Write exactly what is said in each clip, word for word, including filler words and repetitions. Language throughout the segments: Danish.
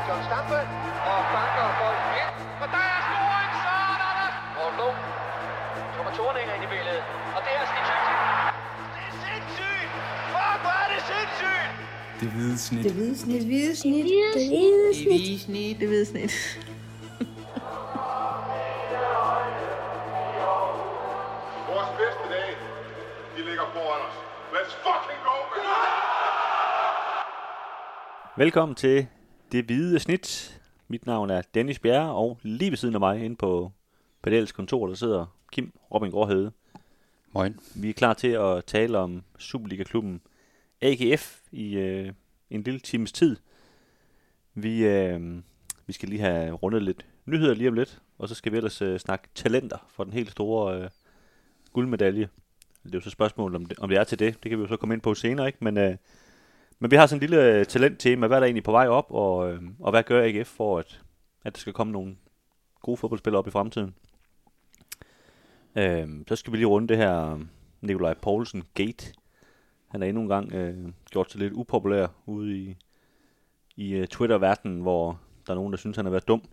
John Stampe og banker bolden ind. Og der er scoring, så er der der. Og Lund. Thomas Thorninger ind i billedet. Og det er Stig Tøfting. Det er sindssygt. Fuck, hvor er det sindssygt. Det hvide snit. Det hvide snit. Det hvide snit. Det hvide snit. Det hvide snit. Vores bedste dage, de ligger foran os. Let's fucking go, man! Velkommen til Det Hvide Snit. Mit navn er Dennis Bjerre, og lige ved siden af mig inde på Pedals kontor, der sidder Kim Robin Gråhede. Moin. Vi er klar til at tale om Superliga-klubben A G F i øh, en lille times tid. Vi, øh, vi skal lige have rundet lidt nyheder lige om lidt, og så skal vi ellers øh, snakke talenter for den helt store øh, guldmedalje. Det er jo så spørgsmålet, om det, om det er til det. Det kan vi jo så komme ind på senere, ikke? Men, øh, men vi har sådan en lille øh, talenttema. Hvad er der egentlig på vej op, og, øh, og hvad gør A G F for, at, at der skal komme nogle gode fodboldspillere op i fremtiden? Øh, så skal vi lige runde det her Nikolaj Poulsen Gate. Han er endnu en gang øh, gjort sig lidt upopulær ude i, i uh, Twitter-verdenen, hvor der er nogen, der synes, han har været dum.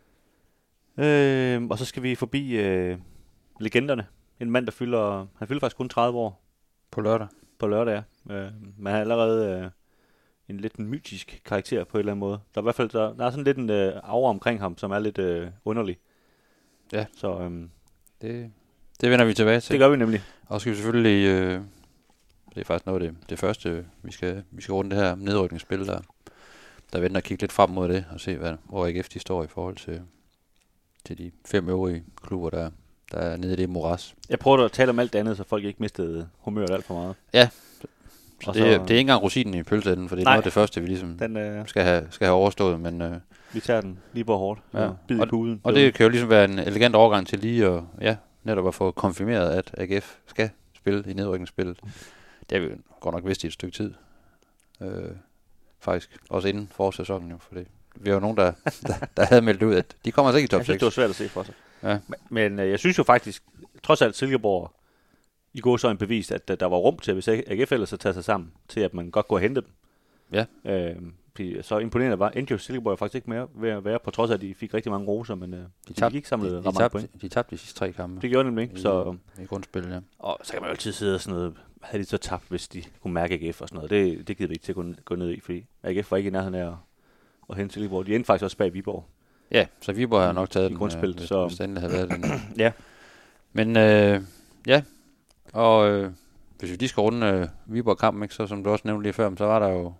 Øh, og så skal vi forbi øh, legenderne. En mand, der fylder, han fylder faktisk kun tredive år. På lørdag. På lørdag, ja. Øh, men han er allerede øh, en lidt en mytisk karakter på en eller anden måde. Der er i hvert fald der, der er sådan lidt en øh, aura omkring ham, som er lidt øh, underlig. Ja. Så øh, Det, det vender vi tilbage til. det gør vi nemlig. Og så skal vi selvfølgelig, øh, det er faktisk noget af det, det første, vi skal, vi skal runde det her nedrykningsspil, der, der venter at kigge lidt frem mod det, og se, hvad, hvor A G F de står i forhold til, til de fem øvrige klubber, der, der er nede i det moras. Jeg prøver at tale om alt andet, så folk ikke mistede humøret alt for meget. Ja, så Og det, så- det er ikke engang rosinen i pølseenden, for det er Nej. noget af det første, vi ligesom Den, øh, skal have, skal have overstået, men... Øh, vi tager den lige på hårdt. Ja. Ja. Bid i puden. Og det kan jo ligesom være en elegant overgang til lige at, ja, netop at få konfirmeret, at A G F skal spille i nedrykningsspillet. Det har vi jo godt nok vidst i et stykke tid. Øh, faktisk. Også inden forårssæsonen jo, for det. Vi har jo nogen, der, der, der havde meldt ud, at de kommer altså ikke i top Jeg synes, seks. det var svært at se for sig. Ja. Men, men øh, jeg synes jo faktisk, trods alt Silkeborg i går så en bevis, at øh, der var rum til, hvis A G F ellers så tager sig sammen, til at man godt kunne hente dem. Ja. Øh, fordi så imponerende var, endte jo Silkeborg faktisk ikke mere ved at være, på trods af, at de fik rigtig mange roser, men øh, de, de tabte- fik ikke samlet de, ret de, mange tabte, point. de tabte de sidste tre kampe Det gjorde de nemlig ikke, så... i, i grundspillet, ja. Og så kan man jo altid sidde og sådan noget, havde de så tabt, hvis de kunne mærke A G F og sådan noget. Det, det gider vi ikke til at gå, gå ned i, fordi A G F var ikke i nærheden af at, at hente Silkeborg. De endte faktisk også bag Viborg. Ja, så Viborg har nok taget I den, grundspillet, øh, hvis, så- hvis den havde været den. Ja. Men øh, ja, og øh, hvis vi lige skal runde øh, Viborg-kampen, ikke, så som du også nævnte lige før, så var der jo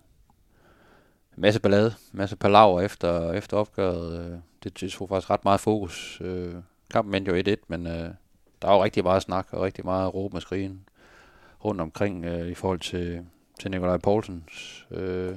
en masse ballade, en masse palaver efter, efter opgøret. Øh, det, det tog faktisk ret meget fokus. Øh, kampen endte jo et et, men øh, der var jo rigtig meget snak og rigtig meget råb med skrigen rundt omkring øh, i forhold til, til Nikolaj Poulsens... Øh,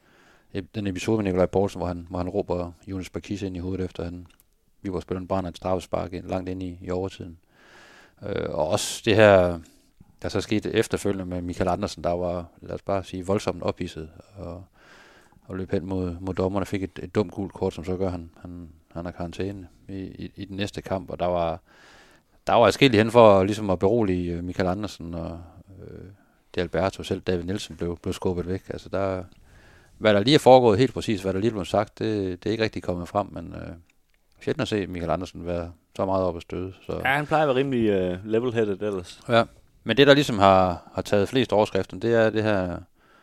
den episode med Nikolaj Poulsen, hvor han, hvor han råber Jonas Bakis ind i hovedet, efter han Viborg-spilleren brænder et straffespark ind, langt ind i, i overtiden. Øh, og også det her, der så skete efterfølgende med Michael Andersen, der var, lad os bare sige, voldsomt ophidset, og, og løb hen mod, mod dommerne, fik et, et dumt gult kort, som så gør, han, han, han har karantæne i, i, i den næste kamp, og der var, der var adskilligt hen for ligesom at berolige Michael Andersen, og øh, det Alberto, selv David Nielsen blev, blev skubbet væk. Altså der, hvad der lige er foregået helt præcis, hvad der lige blev sagt, det, det er ikke rigtig kommet frem, men øh, sjældent at se Michael Andersen være så meget op at støde. Så. Ja, han plejer at være rimelig uh, level-headed ellers. Ja, men det der ligesom har, har taget flest overskrifter, det er det her,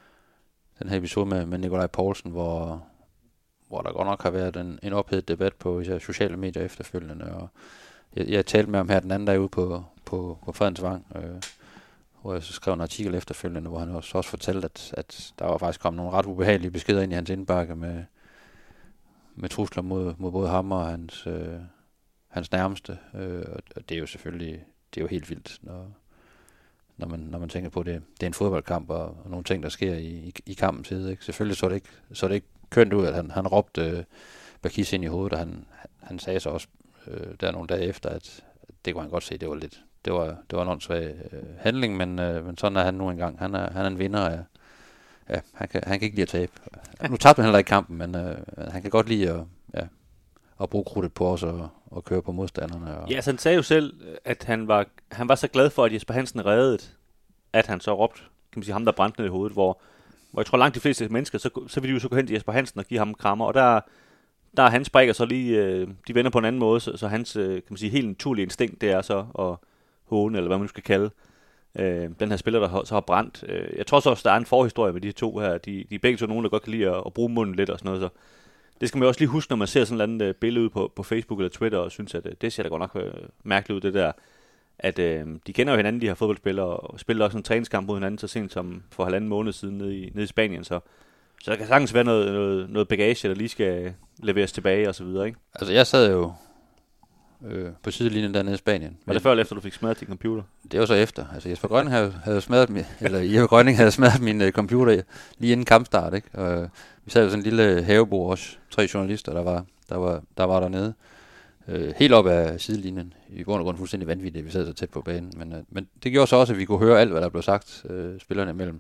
den her episode med, med Nikolaj Poulsen, hvor, hvor der godt nok har været en, en ophedet debat på især sociale medier efterfølgende, og jeg, jeg talte med ham her den anden dag ude på, på, på Fredensvang, øh, hvor jeg så skrev en artikel efterfølgende, hvor han også, også fortalte, at, at der var faktisk kommet nogle ret ubehagelige beskeder ind i hans indbakke med, med trusler mod, mod både ham og hans, øh, hans nærmeste. Øh, og det er jo selvfølgelig, det er jo helt vildt, når, når, man, når man tænker på det. Det er en fodboldkamp, og, og nogle ting, der sker i, i, i kampens side. Ikke? Selvfølgelig så det ikke, så det ikke kønt ud, at han, han råbte øh, Bakis ind i hovedet, og han, han sagde så også øh, der nogle dage efter, at det kunne han godt se, det var lidt, det var, det var en åndssvag øh, handling, men, øh, men sådan er han nu engang. Han er, han er en vinder af, ja, han kan, han kan ikke lide at tabe. Nu tabte han heller ikke kampen, men øh, han kan godt lide at, ja, at bruge krudtet på os og, og køre på modstanderne. Og Ja, så han sagde jo selv, at han var, han var så glad for, at Jesper Hansen reddede, at han så råbte, kan man sige, ham der brændte ned i hovedet, hvor, hvor jeg tror langt de fleste mennesker, så, så ville de jo så gå hen til Jesper Hansen og give ham krammer, og der, der er hans brækker så lige, øh, de vender på en anden måde, så, så hans, øh, kan man sige, helt naturlige instinkt, det er så at håne, eller hvad man nu skal kalde øh, den her spiller, der har, så har brændt. Øh, jeg tror så også, der er en forhistorie med de to her. De, de er begge to nogen, der godt kan lide at, at bruge munden lidt og sådan noget, så det skal man også lige huske, når man ser sådan et eller andet billede ud på, på Facebook eller Twitter, og synes, at øh, det ser da godt nok øh, mærkeligt ud, det der, at øh, de kender jo hinanden, de her fodboldspillere, og spiller også en træningskamp mod hinanden, så sent som for halvanden måned siden nede i, nede i Spanien, så Så der kan sagtens være noget, noget, noget bagage, der lige skal leveres tilbage og så videre, ikke? Altså, jeg sad jo øh, på sidelinjen dernede i Spanien. Var det før eller efter, du fik smadret din computer? Det var så efter. Altså, Jesper Grønning havde, havde smadret min, eller Jesper Grønning havde smadret min uh, computer lige inden kampstart, ikke? Og vi sad jo sådan en lille havebord også, tre journalister, der var der var der var dernede. Øh, helt op ad sidelinjen. I bund og grund fuldstændig vanvittigt, vi sad så tæt på banen. Men, øh, men det gjorde så også, at vi kunne høre alt, hvad der blev sagt øh, spillerne imellem.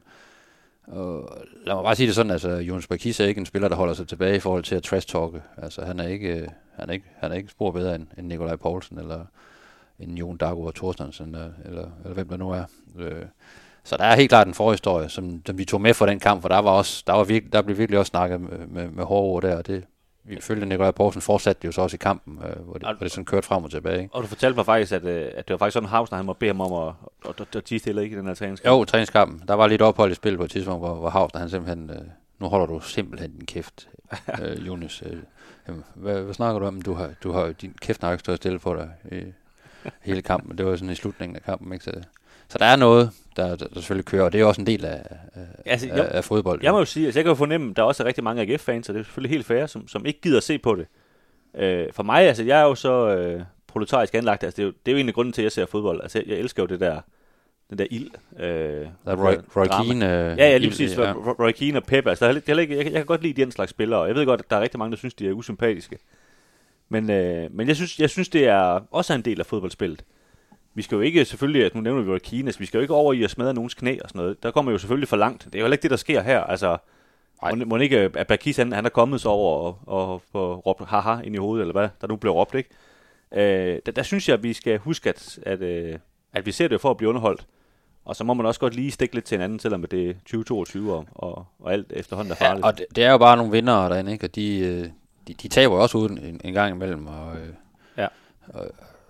Og lad mig bare sige det sådan, altså Jonas Bakis er ikke en spiller, der holder sig tilbage i forhold til at trash-talke. Altså han er ikke, han er ikke, han er ikke spor bedre end, end Nikolaj Poulsen, eller end Jon Dago og Thorstensen, eller, eller, eller hvem der nu er. Øh, så der er helt klart en forhistorie, som, som vi tog med for den kamp, for der var også, der var virkelig, der blev virkelig også snakket med, med, med hårde ord der, og det, vi følte Nikolaj Poulsen fortsatte det jo så også i kampen, øh, hvor, det, hvor det sådan kørte frem og tilbage. Ikke? Og du fortalte mig faktisk, at, at det var faktisk sådan Hausner, han måtte bede ham om at, at, at, at tistille ikke i den her træningskamp. Jo, træningskampen. Der var lidt ophold i spil på et tidspunkt, hvor, hvor Hausner han simpelthen, øh, nu holder du simpelthen din kæft, øh, Jonas. Øh, jamen, hvad, hvad snakker du om? Du har, du har din kæft har ikke stået stille på dig i hele kampen. Det var sådan i slutningen af kampen, ikke? Så, så der er noget, der, der, der selvfølgelig kører, og det er også en del af, af, altså, jeg, af, af fodbold. Jeg må jo sige, at altså, jeg kan jo fornemme, at der også er rigtig mange A G F-fans, og det er selvfølgelig helt fair, som, som ikke gider at se på det. Øh, for mig, altså, jeg er jo så øh, proletarisk anlagt, altså, det er, jo, det er jo egentlig grunden til, at jeg ser fodbold. Altså, jeg, jeg elsker jo det der, den der ild. Øh, der er Roy, Roy Keane. Øh, ja, ja, lige præcis. Ja. Roy Keane og Pep. Altså, jeg, jeg, jeg, jeg kan godt lide den slags spillere, og jeg ved godt, at der er rigtig mange, der synes, de er usympatiske. Men, øh, men jeg, synes, jeg synes, det er også en del af fodboldspillet. Vi skal jo ikke selvfølgelig, at nu nævner vi jo Kines, vi skal jo ikke over i at smadre nogens knæ og sådan noget. Der kommer jo selvfølgelig for langt. Det er jo heller ikke det, der sker her. Altså, må, må ikke, at Bakis, han, han er kommet så over og, og, og råbt haha ind i hovedet, eller hvad der nu blev råbt, ikke? Øh, der, der synes jeg, at vi skal huske, at, at, øh, at vi ser det for at blive underholdt. Og så må man også godt lige stikke lidt til hinanden, selvom det er tyve toogtyve og, og, og alt efterhånden er farligt. Ja, og det, det er jo bare nogle vindere derinde, ikke? Og de, de, de taber jo også uden en, en gang imellem. Og, ja. Og,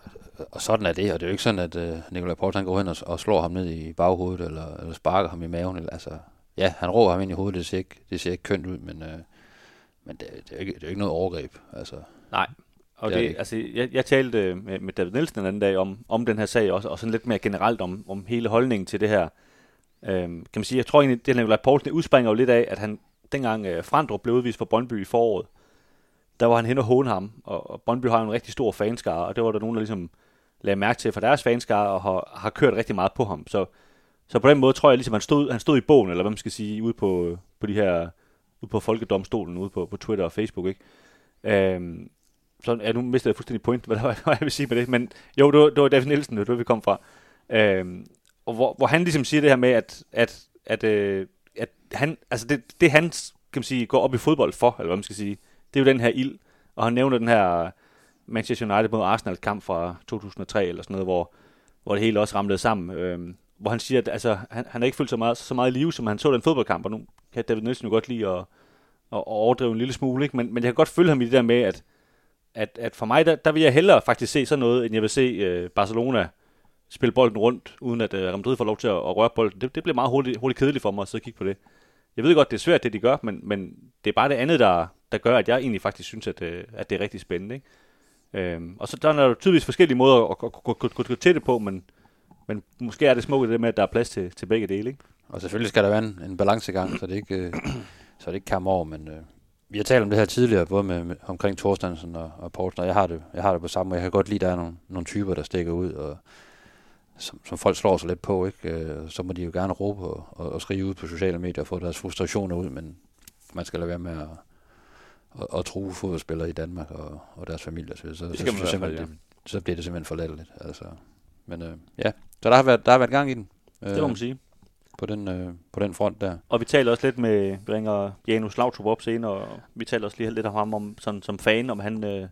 Og sådan er det, og det er jo ikke sådan, at uh, Nikolaj Poulsen går hen og, og slår ham ned i baghovedet, eller, eller sparker ham i maven. Eller, altså, ja, han råber ham ind i hovedet, det ser ikke, det ser ikke kønt ud, men, uh, men det, det, er ikke, det er ikke noget overgreb. Altså, nej, og det, det, det altså, jeg, jeg talte med, med David Nielsen den anden dag om, om den her sag også, og sådan lidt mere generelt om, om hele holdningen til det her. Øhm, kan man sige, jeg tror egentlig, det Nikolaj Poulsen udspringer jo lidt af, at han dengang uh, Frandrup blev udvist for Brøndby i foråret, der var han hen og håne ham, og, og Brøndby har en rigtig stor fanskare, og det var der nogen, der ligesom lagde mærke til for deres fanskare, og har, har kørt rigtig meget på ham. Så, så på den måde tror jeg, ligesom han stod, han stod i bogen, eller hvad man skal sige, ude på, på de her, ude på Folkedomstolen, ude på, på Twitter og Facebook, ikke? Øhm, så ja, nu mistede jeg fuldstændig point, hvad, hvad jeg vil sige med det, men jo, det var, det var David Nielsen, det var det, vi kom fra. Øhm, og hvor, hvor han ligesom siger det her med, at, at, at, øh, at han, altså det, det han, kan man sige, går op i fodbold for, eller hvad man skal sige, det er jo den her ild, og han nævner den her Manchester United mod Arsenal kamp fra to tusind og tre eller sådan noget, hvor, hvor det hele også ramlede sammen. Øhm, hvor han siger, at altså, han, han har ikke følt så meget, så meget i live, som han så den fodboldkamp, og nu kan David Nielsen jo godt lide at, at, at overdrive en lille smule, ikke? Men, men jeg kan godt følge ham i det der med, at, at, at for mig, der, der vil jeg hellere faktisk se sådan noget, end jeg vil se uh, Barcelona spille bolden rundt, uden at uh, Real Madrid får lov til at, at røre bolden. Det, det bliver meget hurtigt, hurtigt kedeligt for mig at sidde og kigge på det. Jeg ved godt, det er svært, det de gør, men, men det er bare det andet, der, der gør, at jeg egentlig faktisk synes, at, at det er rigtig spændende, ikke? Øhm, og så der er der tydeligvis forskellige måder at gå, gå, gå, gå, gå til det på, men, men måske er det smukt det med, at der er plads til, til begge dele, ikke? Og selvfølgelig skal der være en, en balancegang, så det ikke, øh, så det ikke kommer over, men øh, vi har talt om det her tidligere, både med, med omkring Thorstensen og, og Poulsen, og jeg har, det, jeg har det på samme måde. Jeg kan godt lide, at der er nogle, nogle typer, der stikker ud, og som, som folk slår sig lidt på, ikke? Øh, så må de jo gerne råbe og, og, og skrive ud på sociale medier og få deres frustrationer ud, men man skal lade være med at Og, og true fodboldspillere i Danmark og, og deres familier, så, så, så, så, fald, ja. det, så bliver det simpelthen for latterligt. Altså. Men øh, ja, så der har været, der har været gang i den. Øh, det må man sige. På den, øh, på den front der. Og vi taler også lidt med, vi ringer Janus Lautrup op senere, og vi taler også lige lidt om ham om, sådan, som fan, om han, øh,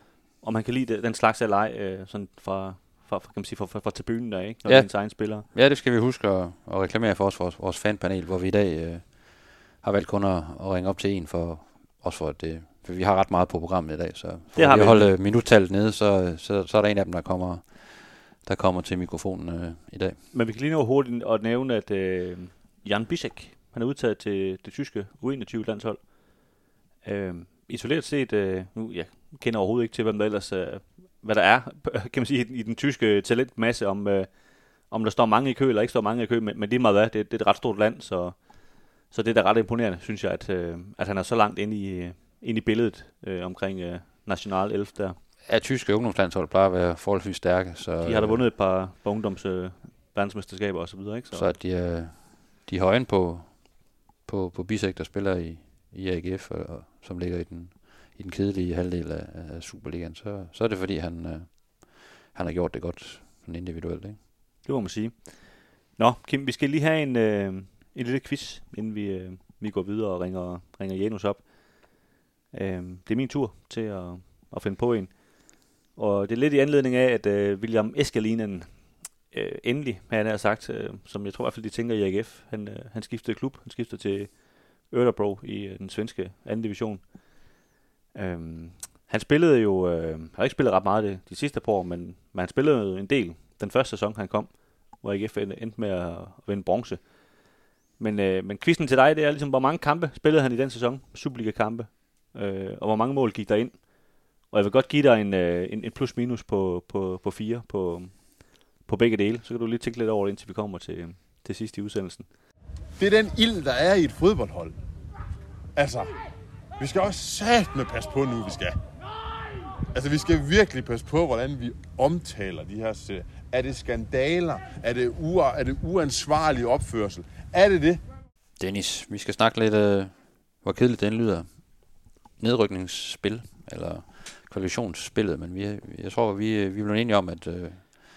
om han kan lide det, den slags af leg, øh, sådan fra, fra, kan man sige, fra, fra, fra tribunen der, ikke? Når ja. det er ens egen spillere. Ja, det skal vi huske at, at reklamere for os, vores, vores fanpanel, hvor vi i dag øh, har valgt kun at, at ringe op til en for også for at det vi har ret meget på programmet i dag, så for det har at vi. holde minuttallet nede, så, så, så er der en af dem, der kommer, der kommer til mikrofonen øh, i dag. Men vi kan lige nå hurtigt at nævne, at øh, Jan Bisek, han er udtaget til det tyske U enogtyve-landshold. Øh, isoleret set, øh, nu jeg kender overhovedet ikke til, hvem der ellers, øh, hvad der er, kan man sige, i den tyske talentmasse, om, øh, om der står mange i kø eller ikke står mange i kø, men, men det er meget hvad, det, det er et ret stort land, så, så det er da ret imponerende, synes jeg, at, øh, at han er så langt inde i, ind i billedet øh, omkring øh, National elf der. Ja, tyske ungdomslandshold plejer at være forholdsvis stærke. Så, de har da vundet et par, par ungdoms øh, verdensmesterskaber og så videre, ikke? Så, så at de er, de har øjne på, på, på Bisek, der spiller i, i A G F, og, og, som ligger i den, i den kedelige halvdel af, af Superligaen, så, så er det fordi, han, øh, han har gjort det godt sådan individuelt, ikke? Det må man sige. Nå, Kim, vi skal lige have en, øh, en lille quiz, inden vi, øh, vi går videre og ringer, ringer Janus op. Øh, det er min tur til at, at finde på en. Og det er lidt i anledning af, at øh, William Eskelinen øh, endelig, han har sagt, øh, som jeg tror i hvert fald, de tænker i A G F, han, øh, han skiftede klub. Han skiftede til Örebro i øh, den svenske anden division. Øh, han spillede jo, øh, han har ikke spillet ret meget de, de sidste par år, men, men han spillede jo en del den første sæson, han kom, hvor A G F endte med at vinde bronze. Men, øh, men quizzen til dig, det er ligesom, hvor mange kampe spillede han i den sæson, Superliga-kampe, øh, og hvor mange mål gik der ind. Og jeg vil godt give dig en, en, en plus-minus på, på, på fire på, på begge dele. Så kan du lige tænke lidt over det, indtil vi kommer til, til sidst i udsendelsen. Det er den ild, der er i et fodboldhold. Altså, vi skal også satme passe på nu, vi skal. Altså, vi skal virkelig passe på, hvordan vi omtaler de her serier. Er det skandaler? Er det, u- er det uansvarlig opførsel? Er det det? Dennis, vi skal snakke lidt, øh, hvor kedeligt den lyder. Nedrykningsspil, eller kvalifikationsspillet, men vi, jeg tror, vi, vi blev enige om, at, øh,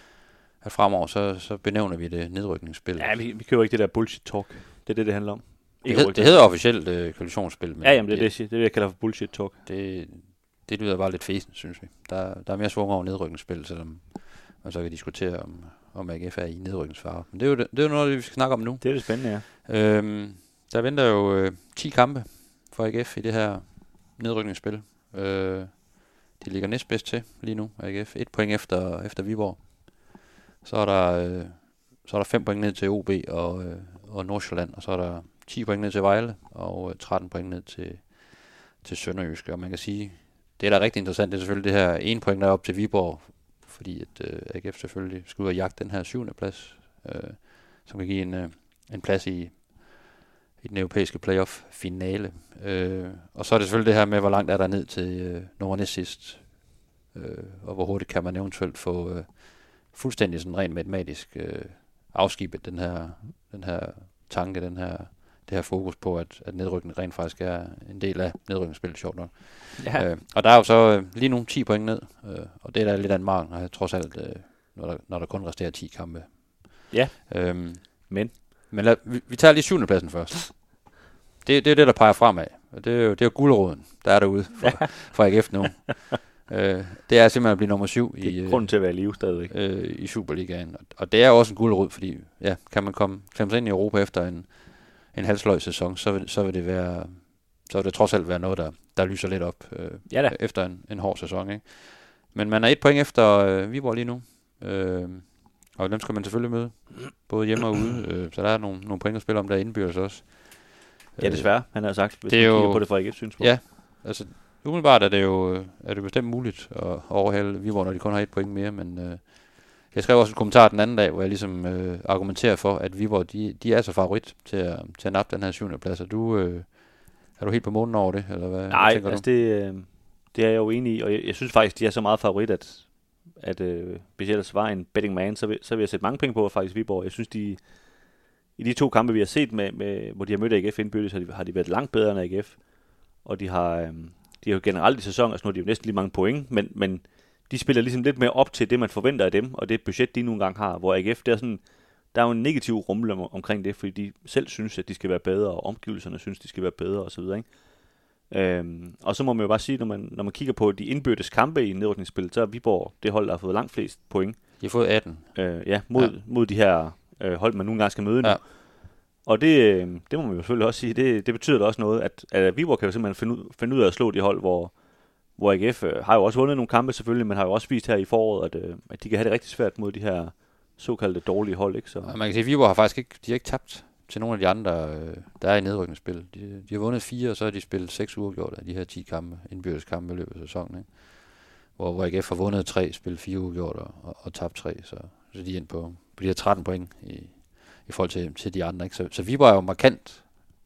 at fremover, så, så benævner vi det nedrykningsspil. Ja, vi, vi køber ikke det der bullshit-talk. Det er det, det handler om. Det, hed, det hedder officielt øh, kvalifikationsspil. Men ja, jamen det er det, det, det, jeg kalder for bullshit-talk. Det, det lyder bare lidt fesen, synes vi. Der, der er mere svung over nedrykningsspil, selvom man så kan diskutere, om, om A G F er i nedrykningsfare. Men det er jo, det, det er jo noget, vi skal snakke om nu. Det er det spændende, ja. Øhm, der venter jo øh, ti kampe for A G F i det her nedrykningsspil. Øh, de ligger næstbedst til lige nu, A G F. Et point efter, efter Viborg. Så er der øh, så er der fem point ned til O B og, øh, og Nordsjælland, og så er der ti point ned til Vejle, og øh, tretten point ned til, til Sønderjyske. Og man kan sige, det er da rigtig interessant, det er selvfølgelig det her ene point, der er op til Viborg, fordi at øh, A G F selvfølgelig skal ud og jagte den her syvende plads, øh, som kan give en, øh, en plads i, i den europæiske playoff-finale. Øh, og så er det selvfølgelig det her med, hvor langt er der ned til øh, nummer næst sidst, øh, og hvor hurtigt kan man eventuelt få øh, fuldstændig sådan rent matematisk øh, afskibet den her, den her tanke, den her, det her fokus på, at, at nedrykning rent faktisk er en del af nedrykningsspillet, sjovt nok. Ja. Øh, og der er jo så øh, lige nu ti point ned, øh, og det er da lidt af en mangel, trods alt, øh, når, der, når der kun resterer ti kampe. Ja, øhm, men, men lad, vi, vi tager lige syvende pladsen først. Det, det er det, der peger fremad, og det er jo, det er jo guldråden, der er derude for, ja. for A G F nu. øh, det er simpelthen at blive nummer syv det er i, grunden til at være i live stadigvæk. Øh, i Superligaen. Og, og det er jo også en guldråd, fordi ja, kan man komme klemme sig ind i Europa efter en, en halvsløj sæson, så vil, så vil det være, så vil det trods alt være noget, der, der lyser lidt op øh, ja efter en, en hård sæson. Ikke? Men man er et point efter øh, Viborg lige nu, øh, og dem skal man selvfølgelig møde, både hjemme og ude, øh, så der er nogle, nogle point at spille om der indbyrdes også. Ja, desværre, han har sagt, hvis det er man kigger jo, på det fra A G F synspunkt. Ja, altså umiddelbart er det jo er det bestemt muligt at overhale Viborg, når de kun har et point mere, men øh, jeg skrev også en kommentar den anden dag, hvor jeg ligesom øh, argumenterer for, at Viborg, de, de er så favorit til at, til at nappe den her syvende plads. Er du, øh, er du helt på månen over det, eller hvad? Nej, hvad altså det, øh, det er jeg jo enig i, og jeg, jeg synes faktisk, de er så meget favorit, at, at øh, hvis jeg ellers var en betting man, så vil, så vil jeg sætte mange penge på faktisk Viborg. Jeg synes, de i de to kampe, vi har set, med, med, hvor de har mødt A G F indbyrdes, har de, har de været langt bedre end A G F. Og de har, øh, de har jo generelt i sæsonen, altså nu har de jo næsten lige mange point, men, men de spiller ligesom lidt mere op til det, man forventer af dem, og det budget, de nogle gange har, hvor A G F, der er sådan, der er jo en negativ rumle omkring det, fordi de selv synes, at de skal være bedre, og omgivelserne synes, de skal være bedre, osv. Øhm, og så må man jo bare sige, når man, når man kigger på de indbyrdes kampe i nedrykningsspillet, så er Viborg det hold, der har fået langt flest point. De har fået atten. Øh, ja, mod, ja. mod de her øh, hold, man nogle gange skal møde nu. Ja. Og det, det må man jo selvfølgelig også sige, det, det betyder da også noget, at, at Viborg kan jo simpelthen finde ud, finde ud af at slå de hold, hvor, hvor A G F øh, har jo også vundet nogle kampe selvfølgelig, men har jo også vist her i foråret, at, øh, at de kan have det rigtig svært mod de her såkaldte dårlige hold. Ikke? Så. Og man kan sige, at Viborg har faktisk ikke, de har ikke tabt til nogle af de andre, øh, der er i nedrykningsspil. De, de har vundet fire, og så har de spillet seks uafgjort af de her ti kampe, indbyrdes kampe i løbet af sæsonen. Ikke? Hvor, hvor A G F har vundet tre, spillet fire uafgjort og, og, og tabt tre, så, så de er ind på, på de her tretten point i, i forhold til, til de andre. Ikke? Så, så Viborg er jo markant,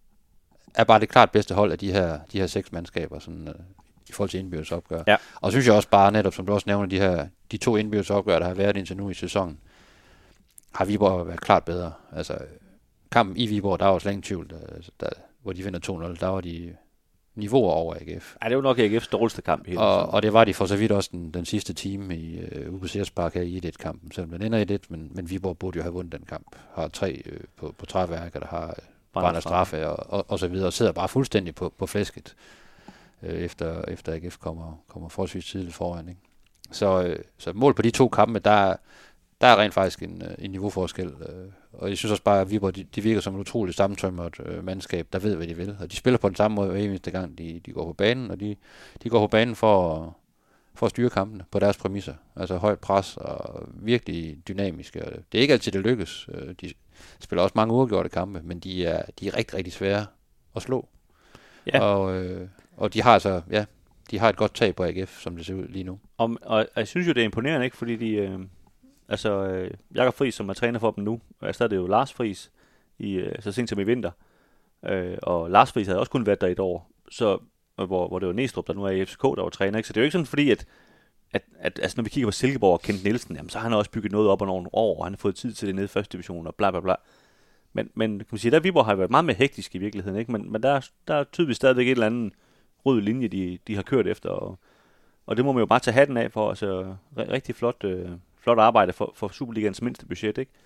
er bare det klart bedste hold af de her, de her seks mandskaber, sådan, øh, i forhold til indbyrdes opgør. Ja. Og synes jeg også bare netop, som du også nævner, de her de to indbyrdes opgør, der har været indtil nu i sæsonen, har Viborg været klart bedre. Altså, kampen i Viborg, der var slet ingen tvivl, der, der, hvor de vinder to nul, der var de niveauer over A G F. Ja, det var nok A G F's dårligste kamp i hele og, og det var de for så vidt også den, den sidste time i uh, U B C S Park her i et-kampen, selvom den ender i et, men, men Viborg burde jo have vundet den kamp. Har tre uh, på, på træværker, der har brænder straffe og, og, og så videre, og sidder bare fuldstændig på, på flæsket, uh, efter, efter A G F kommer, kommer forholdsvis tidligt foran. Ikke? Så, uh, så mål på de to kampe, der Der er rent faktisk en, en niveauforskel, øh, og jeg synes også bare, at Viborg, de, de virker som et utroligt sammentømret øh, mandskab, der ved, hvad de vil. Og de spiller på den samme måde hver eneste gang, de, de går på banen, og de, de går på banen for, for at styre kampene på deres præmisser. Altså højt pres og virkelig dynamiske. Det er ikke altid, det lykkes. De spiller også mange uafgjorte kampe, men de er, de er rigtig, rigtig svære at slå. Ja. Og, øh, og de har altså, ja, de har et godt tag på A G F, som det ser ud lige nu. Om, og, og jeg synes jo, det er imponerende, ikke? Fordi de... Øh Altså, øh, Jakob Friis, som er træner for dem nu, og der er det jo Lars Friis, i, øh, så sent som i vinter. Øh, og Lars Friis havde også kun været der et år, så, hvor, hvor det var Næstrup, der nu er i F C K, der var træner. Ikke? Så det er jo ikke sådan, fordi, at, at, at altså, når vi kigger på Silkeborg og Kent Nielsen, jamen, så har han også bygget noget op over nogle år, og han har fået tid til det nede i første division, og bla bla bla. Men, men kan man sige, der Viborg har været meget mere hektisk i virkeligheden, ikke? Men, men der, der er tydeligvis stadigvæk et eller andet rød linje, de, de har kørt efter, og, og det må man jo bare tage hatten af for. Altså, rigtig flot... Øh, flot arbejde for, for Superligans mindste budget, ikke?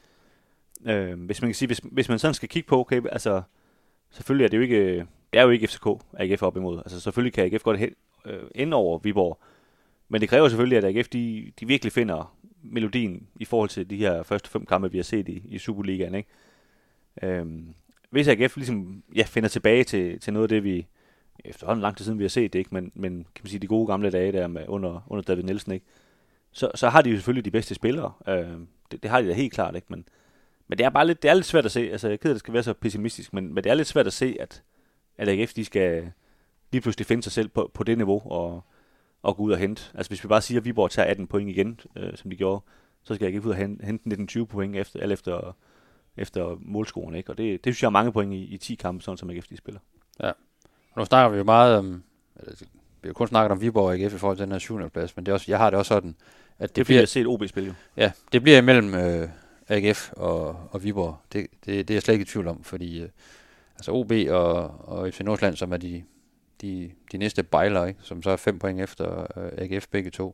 Øh, hvis man kan sige, hvis, hvis man sådan skal kigge på, okay, altså, selvfølgelig er det jo ikke, det er jo ikke F C K, A G F op imod. Altså, selvfølgelig kan A G F godt hen, øh, ende over Viborg, men det kræver selvfølgelig, at A G F, de, de virkelig finder melodien i forhold til de her første fem kampe, vi har set i, i Superligaen, ikke? Øh, hvis A G F ligesom, ja, finder tilbage til, til noget af det, vi efterhånden lang tid siden, vi har set det, ikke? Men, men kan man sige, de gode gamle dage der med, under, under David Nielsen, ikke? Så, så har de jo selvfølgelig de bedste spillere. Øh, det, det har de da helt klart, ikke? Men, men det er bare lidt, det er lidt svært at se. Altså, jeg er ked af, at det skal være så pessimistisk, men, men det er lidt svært at se, at, at A G F, de skal lige pludselig finde sig selv på, på det niveau og, og gå ud og hente. Altså, hvis vi bare siger, at Viborg tager atten point igen, øh, som de gjorde, så skal A G F ud og hente, hente nitten tyve point efter, alt efter, efter målscoren, ikke? Og det, det synes jeg er mange point i, i ti kampe, sådan som A G F, de spiller. Ja. Nu snakker vi jo meget om... Vi har kun snakket om Viborg og A G F i forhold til den her syvende plads, men det er også, jeg har det også sådan, at det, det bliver... Det set O B spille jo. Ja, det bliver imellem øh, A G F og, og Viborg. Det, det, det er jeg slet ikke i tvivl om, fordi øh, altså O B og, og F C Nordsjælland, som er de, de, de næste bejler, ikke? Som så er fem point efter øh, A G F begge to,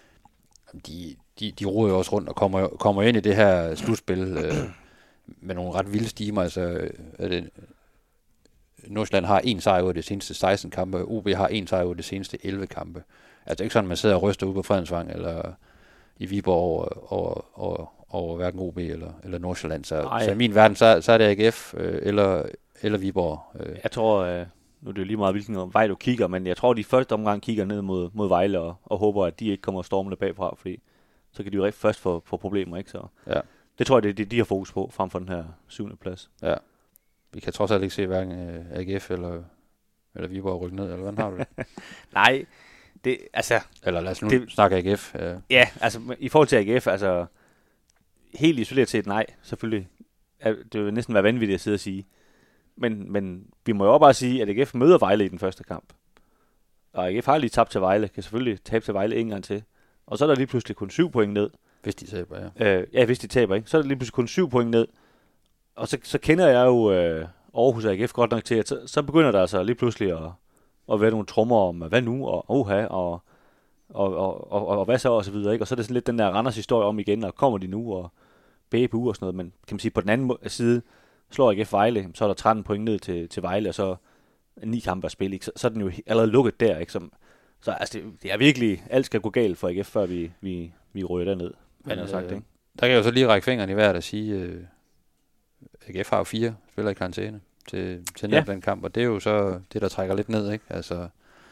de, de, de roder jo også rundt og kommer, kommer ind i det her slutspil øh, med nogle ret vilde stimer. Altså, er det... Nordsjælland har en sejr ud af de seneste seksten kampe, O B har en sejr ud af de seneste elleve kampe. Altså ikke sådan, at man sidder og ryster ude på Fredensvang eller i Viborg over, over, over, over hverken O B eller, eller Nordsjælland. Så, så i min verden, så, så er det A G F øh, eller, eller Viborg. Øh. Jeg tror, øh, nu er det jo lige meget, hvilken vej du kigger, men jeg tror, de første omgang kigger ned mod, mod Vejle og, og håber, at de ikke kommer stormende bagfra, fordi så kan de jo rigtig først få, få problemer, ikke? Så ja. Det tror jeg, det er det, de har fokus på, frem for den her syvende plads. Ja. Vi kan trods alt ikke se hverken A G F eller, eller Viborg rykke ned, eller hvordan har du det? Nej, det, altså... Eller lad os nu det, snakke A G F. Ja. ja, altså i forhold til A G F, altså helt isoleret set nej, selvfølgelig. Det vil næsten være vanvittigt at sidde og sige. Men, men vi må jo også bare sige, at A G F møder Vejle i den første kamp. Og A G F har lige tabt til Vejle, kan selvfølgelig tabe til Vejle en gang til. Og så er der lige pludselig kun syv point ned. Hvis de taber, ja. Øh, ja, hvis de taber, ikke? Så er der lige pludselig kun syv point ned. Og så, så kender jeg jo øh, Aarhus A G F godt nok til, at så, så begynder der altså lige pludselig at, at være nogle trommer om, hvad nu, og oha, og, og, og, og, og hvad så, og så videre, ikke? Og så er det sådan lidt den der Randers historie om igen, og kommer de nu, og bæbe uge og sådan noget, men kan man sige, på den anden side, slår A G F Vejle, så er der tretten point ned til, til Vejle, og så ni kampe at spille, ikke? Så, så er den jo allerede lukket der, ikke? Som, så altså, det, det er virkelig, alt skal gå galt for A G F, før vi, vi, vi ryger derned, men, han har sagt, øh, ikke? Der kan jeg jo så lige række fingeren i vejret og sige... Øh A G F har jo fire spillere i karantæne til, til Ja. netop den kamp, og det er jo så det, der trækker lidt ned, ikke? Altså,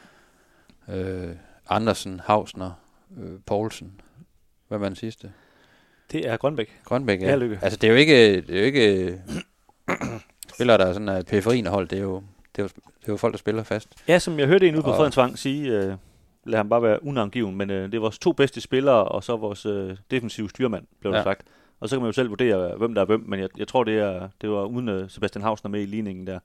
øh, Andersen, Hausner, øh, Poulsen, hvad var den sidste? Det er Grønbæk. Grønbæk, Ja, ja. Lykke. Altså, det er jo ikke, det er jo ikke spillere, der er sådan af periferien hold, det er jo, det er jo, det er jo folk, der spiller fast. Ja, som jeg hørte en ude på Og- Fredensvang sige, øh, lad ham bare være unangiven, men øh, det er vores to bedste spillere, og så vores øh, defensive styrmand, blev der Ja. sagt. Og så kan man jo selv vurdere, hvem der er hvem, men jeg, jeg tror, det, er, det var uden øh, Sebastian Hausner med i ligningen der.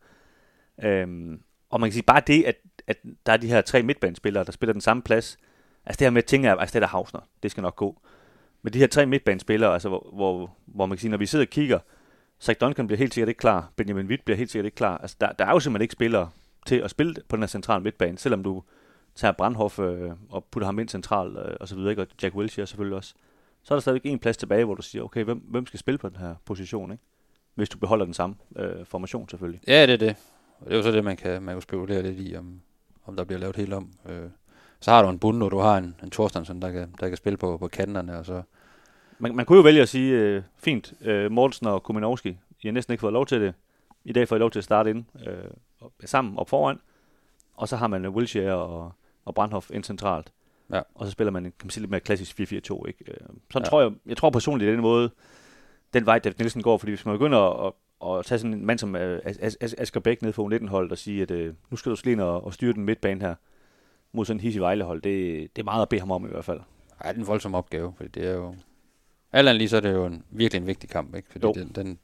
Øhm, og man kan sige, bare det, at, at der er de her tre midtbanespillere, der spiller den samme plads, altså det her med at tænke, altså det er der Hausner, det skal nok gå. Men de her tre midtbanespillere, altså hvor, hvor, hvor man kan sige, når vi sidder og kigger, Zach Duncan bliver helt sikkert ikke klar, Benjamin Witt bliver helt sikkert ikke klar. Altså der, der er jo simpelthen ikke spillere til at spille på den her centrale midtbane, selvom du tager Brandhoff øh, og putter ham ind central øh, og så videre, ikke? Og Jack Wilshere selvfølgelig også. Så er der stadig en plads tilbage, hvor du siger, okay, hvem, hvem skal spille på den her position, ikke? Hvis du beholder den samme øh, formation selvfølgelig. Ja, det er det. Og det er jo så det, man kan, man kan spekulere lidt i, om, om der bliver lavet helt om. Øh, så har du en Bundo, du har en, en Thorstensen, der kan, der kan spille på, på kanterne, og så... Man, man kunne jo vælge at sige, øh, fint, øh, Mortensen og Kuminowski, I har næsten ikke fået lov til det. I dag får I lov til at starte ind øh, sammen op foran, og så har man øh, Wilshere og, og Brandhoff ind centralt. Ja. Og så spiller man, kan man sige, lidt mere klassisk fire fire to, ikke? Øh, sådan Ja. tror jeg, jeg tror personligt, det er den måde, den vej, David Nielsen går, fordi hvis man begynder at, at, at tage sådan en mand som øh, As- As- As- Asger Bæk ned for U nitten-holdet og sige, at øh, nu skal du slå ind og, og styre den midtbane her, mod sådan en hissig Vejle-hold, det, det er meget at bede ham om i hvert fald. Ej, det er en voldsom opgave, fordi det er jo... Alt andet lige, så er det jo en, virkelig en vigtig kamp, ikke? Fordi Jo. den, den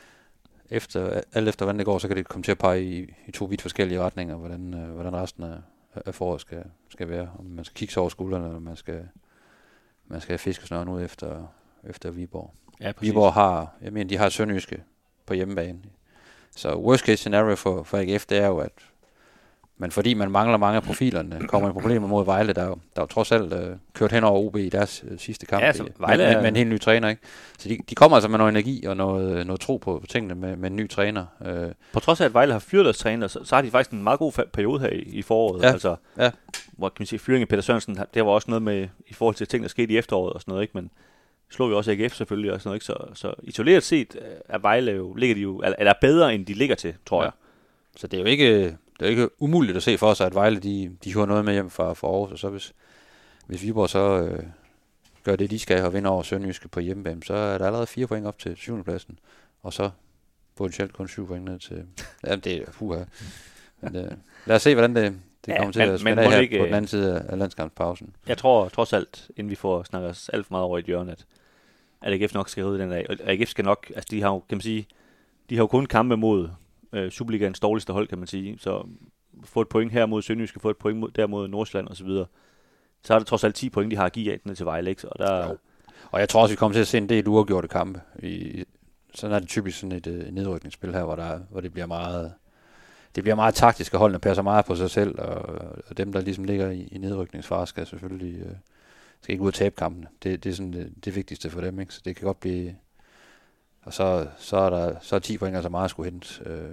efter, alt efter hvordan det går, så kan det komme til at pege i, i to vidt forskellige retninger, hvordan, øh, hvordan resten af, af foråret skal, skal være. Om man skal kigge sig over skuldrene, eller man skal, man skal fiske snøren ud efter, efter Viborg. Ja, præcis. Viborg har, jeg mener, de har Sønderjyske på hjemmebane. Så worst case scenario for, for A G F, det er jo, at men fordi man mangler mange af profilerne, kommer i problemer mod Vejle, der jo, der jo trods alt øh, kørt hen over O B i deres øh, sidste kamp. Ja, altså, i- Vejle med, er- med, med en helt ny træner, ikke? Så de, de kommer altså med noget energi og noget, noget tro på tingene med, med en ny træner. Øh, På trods af, at Vejle har fyret deres træner, så, så har de faktisk en meget god fa- periode her i, i foråret. Ja, Altså, ja. hvor kan man sige, fyringen af Peter Sørensen, det var også noget med, i forhold til ting, der skete i efteråret og sådan noget, ikke? Men slog jo også A G F selvfølgelig og sådan noget, ikke? Så, så isoleret set øh, er Vejle jo, ligger de jo, eller er bedre, end de ligger til, tror Ja. jeg. Så det er jo ikke, det er jo ikke umuligt at se for sig, at Vejle de, de hører noget med hjem fra, fra Aarhus, og så hvis, hvis Viborg så øh, gør det, de skal, og vinder over Sønderjyske på hjemmebane, så er der allerede fire point op til syvende pladsen, og så potentielt kun syv point ned til... Jamen, det er puha. Men øh, lad os se, hvordan det, det Ja, kommer til men- at spænde men af må her ikke, på øh, den anden side af landskampspausen. Jeg tror trods alt, inden vi får snakket os alt for meget over i et hjørne, at, at A G F nok skal rydde den af. Og A G F skal nok, altså de har jo, kan man sige, de har jo kun kampe mod øh, Superligaens dårligste hold, kan man sige. Så få et point her mod Sønderjyske, få et point mod, der mod Nordsjælland og så videre. Så er det trods alt ti point, de har at give af ned til Vejle, ikke? Og der, Jo. Og jeg tror også, vi kommer til at se en del uafgjorte kampe. I, sådan er det typisk sådan et uh, nedrykningsspil her, hvor, der, hvor det bliver meget... Det bliver meget taktisk, og holdene passer meget på sig selv, og, og dem, der ligesom ligger i, i nedrykningsfare, skal selvfølgelig øh, skal ikke ud og tabe kampene. Det, det er sådan det, det vigtigste for dem, ikke? Så det kan godt blive... Og så, så er der så er ti point altså meget at skulle hente, øh,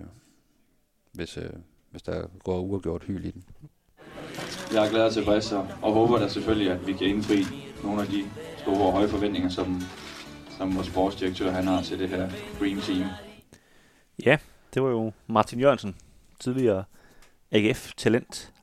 hvis, øh, hvis der går uafgjort hyl i den. Jeg er glad og tilfreds, og og håber da selvfølgelig, at vi kan indfri nogle af de store og høje forventninger, som, som vores sportsdirektør han har til det her Dream Team. ja, det var jo Martin Jørgensen, tidligere A G F-talent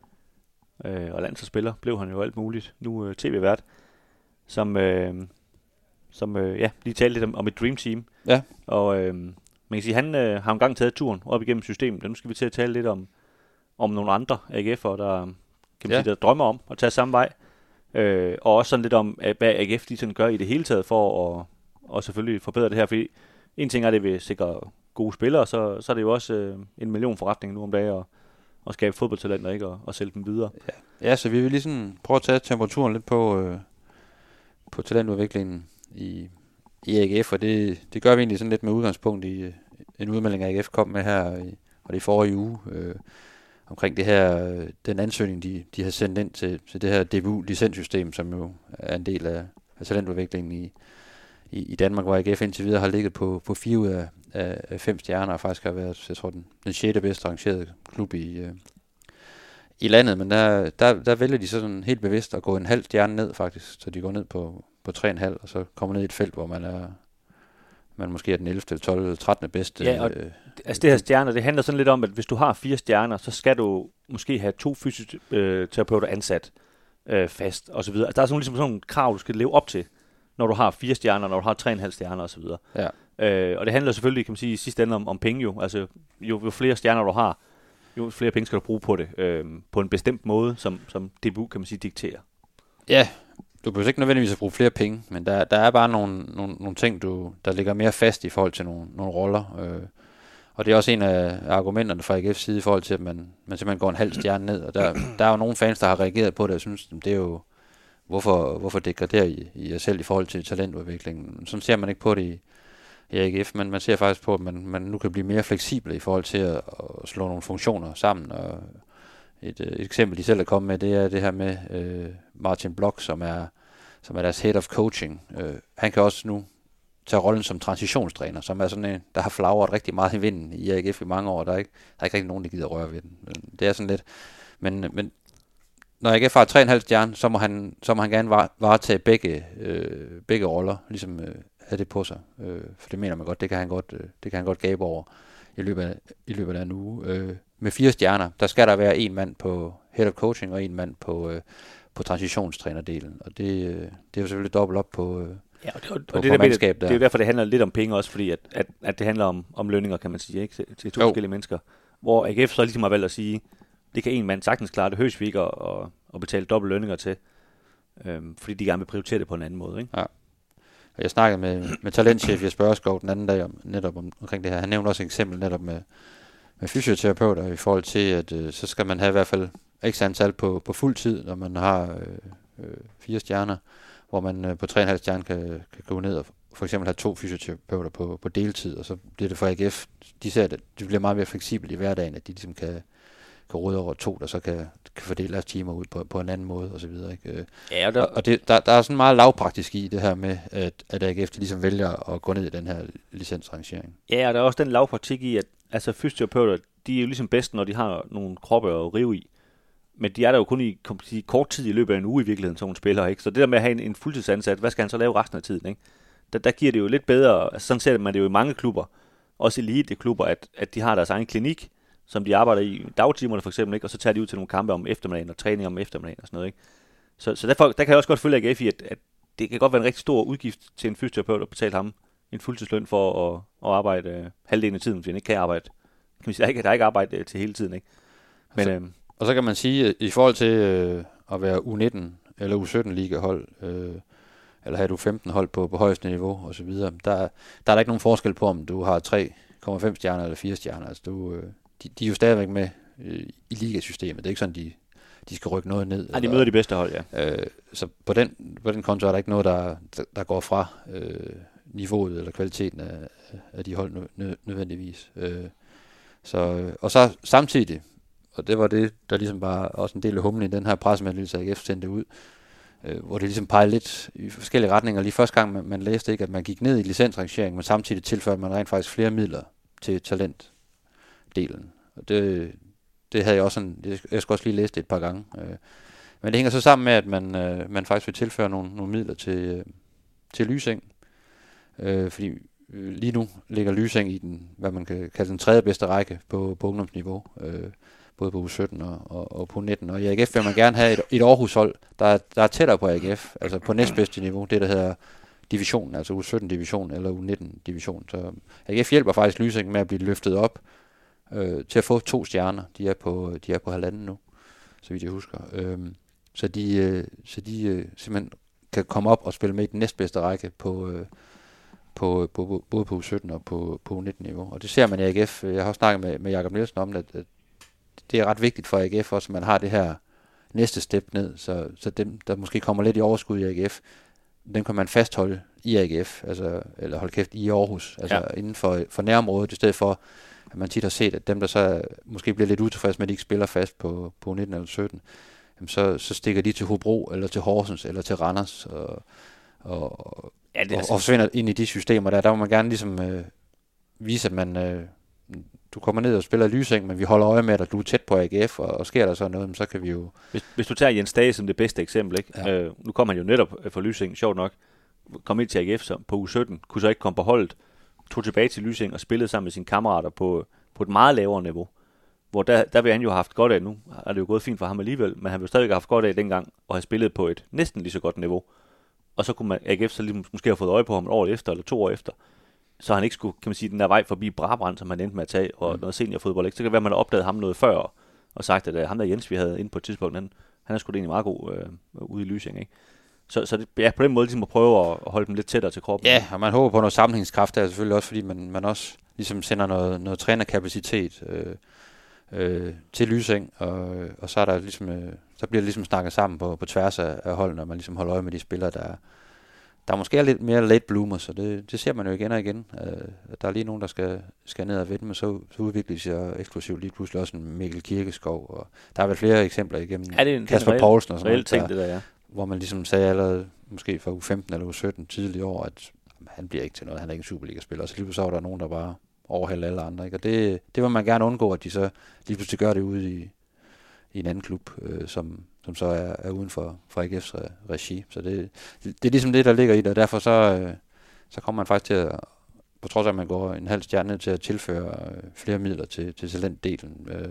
øh, og landsholdsspiller, blev han jo alt muligt. Nu øh, tv-vært, som, øh, som øh, ja, lige talte lidt om, om et Dream Team. Ja. Og øh, man kan sige, han øh, har engang taget turen op igennem systemet, og nu skal vi til at tale lidt om, om nogle andre A G F'ere, der, kan man Ja. sige, der drømmer om at tage samme vej. Øh, og også sådan lidt om, hvad A G F de sådan gør i det hele taget for at og selvfølgelig forbedre det her. Fordi en ting er, at det vil sikre gode spillere, så, så er det jo også øh, en million forretning nu om dagen at, at skabe fodboldtalenter, ikke? Og, og sælge dem videre. Ja, så vi vil lige sådan prøve at tage temperaturen lidt på, øh, på talentudviklingen i, i A G F, og det, det gør vi egentlig sådan lidt med udgangspunkt i øh, en udmelding, A G F kom med her, i, og det i forrige uge, øh, omkring det her, øh, den ansøgning, de, de har sendt ind til, til det her D B U-licenssystem, som jo er en del af, af talentudviklingen i, i, i Danmark, hvor A G F indtil videre har ligget på, på fire ud af, af, af fem stjerner, og faktisk har været, jeg tror, den, den sjette bedst rangerede klub i, øh, i landet, men der, der, der vælger de sådan helt bevidst at gå en halv stjerne ned faktisk, så de går ned på, på tre komma fem, og så kommer ned i et felt, hvor man er, man måske er den ellevte, tolvte eller trettende bedste. Ja, og øh, altså det her stjerner, det handler sådan lidt om, at hvis du har fire stjerner, så skal du måske have to fysioterapeuter ansat øh, fast, og så videre. Altså, der er sådan, ligesom sådan nogle krav, du skal leve op til, når du har fire stjerner, når du har tre og en halv stjerner, og så videre. Ja. Øh, og det handler selvfølgelig, kan man sige, i sidste ende om, om penge jo. Altså, jo, jo flere stjerner du har, jo flere penge skal du bruge på det, øh, på en bestemt måde, som, som D B U, kan man sige, dikterer. Ja, du behøver ikke nødvendigvis at bruge flere penge, men der, der er bare nogle, nogle, nogle ting, du, der ligger mere fast i forhold til nogle, nogle roller. Øh, og det er også en af argumenterne fra A G F's side i forhold til, at man, man simpelthen går en halv stjerne ned. Og der, der er jo nogle fans, der har reageret på det, og synes, det er jo, hvorfor, hvorfor degraderer I, I jer selv i forhold til talentudviklingen? Sådan ser man ikke på det i, i A G F, men man ser faktisk på, at man, man nu kan blive mere fleksibel i forhold til at, at slå nogle funktioner sammen. Og et, et eksempel, de selv er kommet med, det er det her med øh, Martin Bloch, som er, som er deres head of coaching. Øh, han kan også nu tage rollen som transitionstræner, som er sådan en, der har flagret rigtig meget i vinden i A G F i mange år. Der er ikke, der er ikke rigtig nogen, der gider røre ved den. Det er sådan lidt. Men, men når A G F har tre og en halv stjerne, så må han, så må han gerne varetage begge, øh, begge roller, ligesom øh, have det på sig. Øh, for det mener man godt, det kan han godt, øh, det kan han godt gabe over i løbet af, i løbet af en uge. Øh, med fire stjerner, der skal der være en mand på head of coaching og en mand på, øh, på transitionstrænerdelen. Og det, øh, det er jo selvfølgelig dobbelt op på, øh, ja, og det, og på, det, på der, mandskab det, der. det er jo derfor, det handler lidt om penge også, fordi at, at, at det handler om, om lønninger, kan man sige, ikke? Til, til to Jo. forskellige mennesker. Hvor A G F så ligesom har valgt at sige, det kan en mand sagtens klare, det højst vi ikke at, at, at betale dobbelt lønninger til, øhm, fordi de gerne vil prioritere det på en anden måde, ikke? Ja. Og jeg snakkede med, med talentchef Jesper Ørskov den anden dag om, netop om, omkring det her. Han nævnte også et eksempel netop med, med fysioterapeuter i forhold til, at øh, så skal man have i hvert fald ekstra antal på, på fuld tid, når man har øh, øh, fire stjerner, hvor man øh, på tre og en halv stjerne kan, kan gå ned og for eksempel have to fysioterapeuter på, på deltid, og så bliver det for A G F. De ser, at det bliver meget mere fleksibelt i hverdagen, at de ligesom kan, kan råde over to, der så kan, kan fordele deres timer ud på, på en anden måde, og så videre, ikke? Ja, og der, og, og det, der, der er sådan meget lavpraktisk i det her med, at, at A G F de ligesom vælger at gå ned i den her licensrangering. ja, og der er også den lavpraktik i, at altså, fysioterapeuter, de er jo ligesom bedst, når de har nogle kroppe at rive i. Men de er der jo kun i sige, kort tid i løbet af en uge i virkeligheden, som hun spiller, ikke? Så det der med at have en, en fuldtidsansat, hvad skal han så lave resten af tiden, ikke? Der, der giver det jo lidt bedre, altså sådan ser man det jo i mange klubber, også elite-klubber, at, at de har deres egen klinik, som de arbejder i dagtimerne for eksempel, ikke? Og så tager de ud til nogle kampe om eftermiddagen og træning om eftermiddagen og sådan noget, ikke? Så, så derfor, der kan jeg også godt følge A G F i, at, at det kan godt være en rigtig stor udgift til en fysioterapeut at betale ham en fuldtidsløn for at, at arbejde øh, halvdelen af tiden, fordi han ikke kan arbejde. Kan man sige, der er ikke, der er ikke arbejde øh, til hele tiden, ikke? Men, altså, øh, og så kan man sige, at i forhold til øh, at være U nitten eller U sytten ligahold, øh, eller have et U femten hold på, på højeste niveau og så videre, der, der er der ikke nogen forskel på, om du har tre komma fem stjerner eller fire stjerner. Altså, du, øh, de, de er jo stadigvæk med øh, i ligasystemet. Det er ikke sådan, de, de skal rykke noget ned. nej, de møder de bedste hold, ja. Øh, så på den, på den konto er der ikke noget, der, der går fra øh, niveauet eller kvaliteten af, af de hold nø, nødvendigvis. Øh, så, og så samtidig, og det var det, der ligesom var også en del af humlen i den her pressemeddelelse, A G F sendte ud, øh, hvor det ligesom pegede lidt i forskellige retninger. Lige første gang, man, man læste ikke, at man gik ned i licensrangeringen, men samtidig tilføjede man rent faktisk flere midler til talentdelen. Og det, det havde jeg også sådan, jeg, jeg skal også lige læse det et par gange. Øh, men det hænger så sammen med, at man, øh, man faktisk vil tilføre nogle, nogle midler til, øh, til Lysing. Øh, fordi øh, lige nu ligger Lysing i den, hvad man kan kalde den tredje bedste række på, på ungdomsniveau. Øh, både på U sytten og, og, og på U nitten. Og i A G F vil man gerne have et, et Aarhus-hold, der, er, der er tættere på A G F, altså på næstbedste niveau, det der hedder divisionen, altså U sytten-division eller U nitten-division. Så A G F hjælper faktisk Lysing med at blive løftet op øh, til at få to stjerner. De er på, de er på halvanden nu, så vidt jeg husker. Øhm, så de, øh, så de øh, simpelthen kan komme op og spille med i den næstbedste række på, øh, på, på, på, både på U sytten og på, på U nitten-niveau. Og det ser man i A G F. Jeg har også snakket med, med Jakob Nielsen om, at, at det er ret vigtigt for A G F også, at man har det her næste step ned, så, så dem, der måske kommer lidt i overskud i A G F, dem kan man fastholde i A G F, altså, eller hold kæft, i Aarhus, altså ja. Inden for, for nærområdet, i stedet for, at man tit har set, at dem, der så måske bliver lidt utilfredse med, at de ikke spiller fast på, på U nitten eller U sytten, jamen så, så stikker de til Hobro, eller til Horsens, eller til Randers, og, og, ja, det er og, altså... og forsvinder ind i de systemer der. Der må man gerne ligesom øh, vise, at man... Øh, du kommer ned og spiller Lysing, men vi holder øje med, at du er tæt på A G F, og, og sker der så noget, så kan vi jo... Hvis, hvis du tager Jens Dage som det bedste eksempel, ikke? Ja. Øh, nu kom han jo netop for Lysing, sjovt nok, kom ind til A G F som på U sytten, kunne så ikke komme på holdet, tog tilbage til Lysing og spillede sammen med sine kammerater på, på et meget lavere niveau. Hvor der, der vil han jo have haft godt af nu. Er det jo gået fint for ham alligevel, men han vil stadig have haft godt af dengang og have spillet på et næsten lige så godt niveau. Og så kunne man, A G F så lige, måske have fået øje på ham et år efter eller to år efter. Så han ikke skulle, kan man sige, den der vej forbi Brabrand, som han endte med at tage, og noget seniorfodbold. Ikke? Så kan det være, at man har opdaget ham noget før, og, og sagt, at uh, ham der Jens, vi havde inde på et tidspunkt, han, han er sgu da egentlig meget god øh, ude i Lysing, ikke? Så, så det, ja, på den måde ligesom at prøve at holde dem lidt tættere til kroppen. Ja, og man håber på noget sammenhængskraft der selvfølgelig også, fordi man, man også ligesom sender noget, noget trænerkapacitet øh, øh, til Lysing, og, og så er der ligesom, øh, så bliver det ligesom snakket sammen på, på tværs af, af holdene, og man ligesom holder øje med de spillere, der, der måske er lidt mere late bloomer, så det, det ser man jo igen og igen. Øh, der er lige nogen, der skal, skal ned og vende, men så, så udvikler sig eksklusivt lige pludselig også en Mikkel Kirkeskov, og der har været flere eksempler igennem. Er det en Kasper Poulsen og sådan noget, ting, det der, ja. Hvor man ligesom sagde allerede, måske fra uge femten eller uge sytten tidligere år, at han bliver ikke til noget, han er ikke en Superliga-spiller, og så lige pludselig var der nogen, der bare overhælder alle andre, ikke? Og det, det vil man gerne undgå, at de så lige pludselig gør det ude i, i en anden klub, øh, som, som så er, er uden for, for A G F's regi. Så det, det er ligesom det, der ligger i det, og derfor så, øh, så kommer man faktisk til at, på trods af, at man går en halv stjerne til at tilføre øh, flere midler til, til talentdelen øh,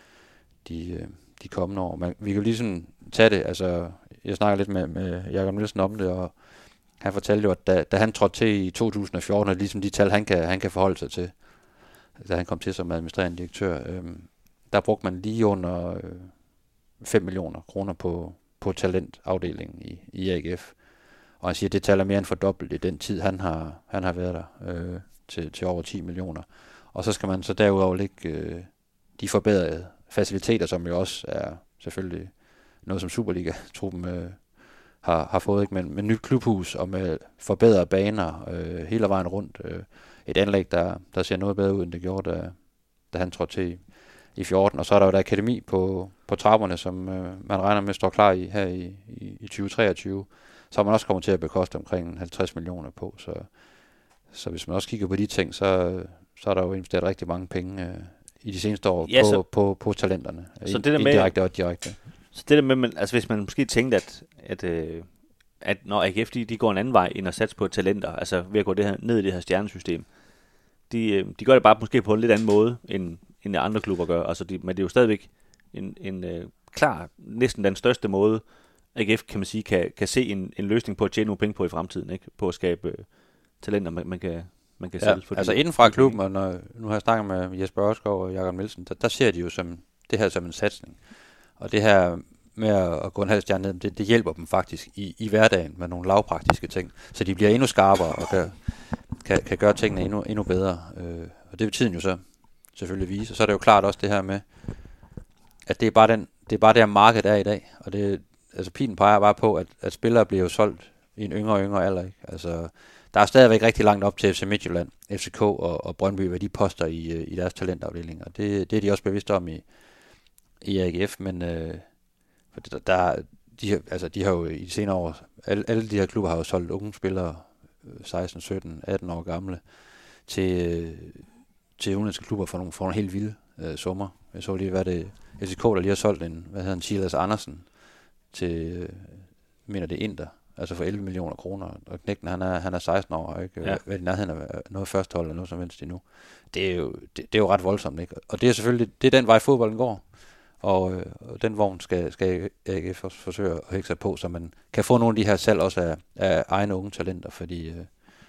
de, øh, de kommende år. Man, vi kan jo ligesom tage det, altså jeg snakker lidt med, med Jakob Nielsen om det, og han fortalte jo, at da, da han trådte til i to tusind og fjorten, og ligesom de tal, han kan, han kan forholde sig til, da han kom til som administrerende direktør, øh, der brugte man lige under øh, fem millioner kroner på, på talentafdelingen i, i A G F. Og han siger, at det taler mere end fordobbelt i den tid, han har, han har været der, øh, til, til over ti millioner. Og så skal man så derudover lægge øh, de forbedrede faciliteter, som jo også er selvfølgelig noget, som Superliga-truppen øh, har, har fået, ikke? Men med nyt klubhus og med forbedrede baner øh, hele vejen rundt. Øh, et anlæg, der, der ser noget bedre ud, end det gjorde, da, da han trådte til i, i fjorten. Og så er der jo et akademi på, på trapperne, som øh, man regner med står klar i her i, i, i tyve treogtyve. Så har man også kommet til at bekoste omkring halvtreds millioner på. Så, så hvis man også kigger på de ting, så, så er der jo investeret rigtig mange penge øh, i de seneste år ja, på, på, på, på talenterne. Så det der med, indirekte og direkte. Så det der med, man, altså hvis man måske tænkte, at, at, øh, at når A G F de, de går en anden vej end at satse på talenter, altså ved at gå det her, ned i det her stjernesystem, de, øh, de gør det bare måske på en lidt anden måde, end, end andre klubber gør. Altså de, men det er jo stadigvæk en, en øh, klar, næsten den største måde, A G F kan man sige, kan, kan se en, en løsning på at tjene nogle penge på i fremtiden, ikke? På at skabe øh, talenter, man, man kan, man kan ja, sælge. For altså inden fra klubben, og når, nu har jeg snakket med Jesper Ørskov og Jakob Nielsen, der, der ser de jo som, det her som en satsning. Og det her med at gå en halv stjerne ned, det, det hjælper dem faktisk i, i hverdagen med nogle lavpraktiske ting, så de bliver endnu skarpere og kan, kan, kan gøre tingene endnu, endnu bedre. Øh, og det vil tiden jo så selvfølgelig vise. Og så er det jo klart også det her med, at det er bare, den, det er bare det her marked er i dag. Og det, altså pilen peger bare på, at, at spillere bliver jo solgt i en yngre og yngre alder. Ikke? Altså, der er stadigvæk rigtig langt op til F C Midtjylland, F C K og, og Brøndby, hvad de poster i, i deres talentafdelinger. Det, det er de også bevidste om i, i A G F, men øh, der, der, de, altså, de har jo i de senere år, alle, alle de her klubber har jo solgt unge spillere, seksten, sytten, atten år gamle, til, til udenlandske klubber for nogle, for nogle helt vilde øh, summer. Jeg så lige, hvad det F C K, der lige har solgt en, hvad hedder han, Silas Andersen, til, øh, mener det er Inter, altså for elleve millioner kroner, og knægten, han er, han er seksten år, og ikke ja. Hvad i nærheden af noget førstehold eller noget som helst endnu. Det er jo, det, det er jo ret voldsomt, ikke? Og det er selvfølgelig, det er den vej fodbolden går, og, øh, og den vogn skal, skal A G F også forsøge at hække sig på, så man kan få nogle af de her salg også af, af egne unge talenter, fordi øh,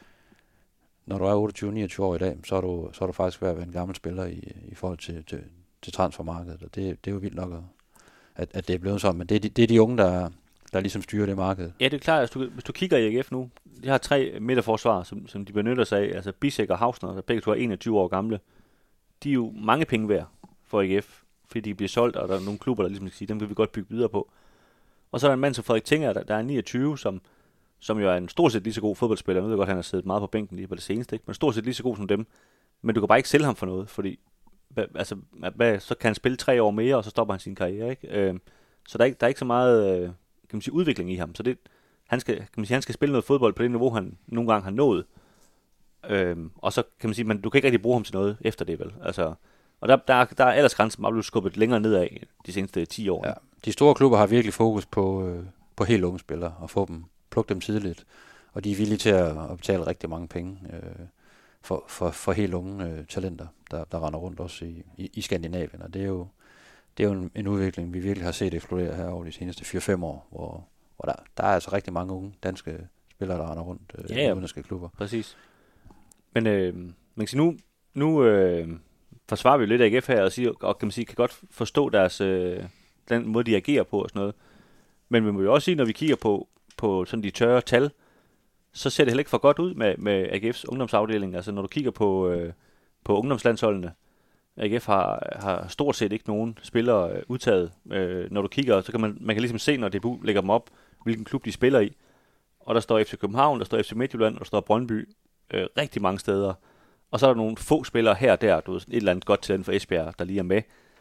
når du er otteogtyve niogtyve år i dag, så er du, så er du faktisk ved at være en gammel spiller i, i forhold til, til, til transfermarkedet, og det, det er jo vildt nok, at, at det er blevet sådan, men det er de, det er de unge, der der ligesom styrer det marked. Ja, det er klart. Hvis du, hvis du kigger i A G F nu, de har tre midterforsvar, som, som de benytter sig af. Altså Bisek og Hausner, der begge to er enogtyve år gamle. De er jo mange penge værd for A G F, fordi de bliver solgt, og der er nogle klubber, der ligesom kan sige, dem vil vi godt bygge videre på. Og så er der en mand som Frederik Tinger, der, der er niogtyve, som, som jo er en stort set lige så god fodboldspiller. Jeg ved godt, han har siddet meget på bænken lige på det seneste, ikke? Men stort set lige så god som dem. Men du kan bare ikke sælge ham for noget, fordi hva, altså, hva, så kan han spille tre år mere, og så stopper han sin karriere, ikke? Øh, så der er ikke, der er ikke så meget øh, kan man sige, udvikling i ham. Så det, han, skal, kan man sige, han skal spille noget fodbold på det niveau, han nogle gange har nået. Øhm, og så kan man sige, man, du kan ikke rigtig bruge ham til noget efter det, vel? Altså, og der, der, der er aldersgrænsen bare blevet skubbet længere nedad de seneste ti år. Ja. De store klubber har virkelig fokus på, øh, på helt unge spillere, og få dem, plukke dem tidligt. Og de er villige til at, at betale rigtig mange penge øh, for, for, for helt unge øh, talenter, der, der render rundt også i, i, i Skandinavien. Og det er jo, det er jo en, en udvikling, vi virkelig har set eksplodere her over de seneste fire fem år, hvor, hvor der, der er altså rigtig mange unge danske spillere, der render rundt øh, ja, ja. i udenlandske klubber. Præcis. Men øh, man kan sige, nu, nu øh, forsvarer vi jo lidt af A G F her, og, siger, og kan man sige, kan godt forstå deres, øh, den måde, de agerer på og sådan noget. Men vi må jo også sige, når vi kigger på, på sådan de tørre tal, så ser det heller ikke for godt ud med, med A G F's ungdomsafdeling. Altså når du kigger på, øh, på ungdomslandsholdene, A G F har, har stort set ikke nogen spillere øh, udtaget. Øh, når du kigger, så kan man, man kan ligesom se, når D B U lægger dem op, hvilken klub de spiller i. Og der står F C København, der står F C Midtjylland, og der står Brøndby øh, rigtig mange steder. Og så er der nogle få spillere her og der, du ved, et eller andet godt talent for Esbjerg, der lige er med.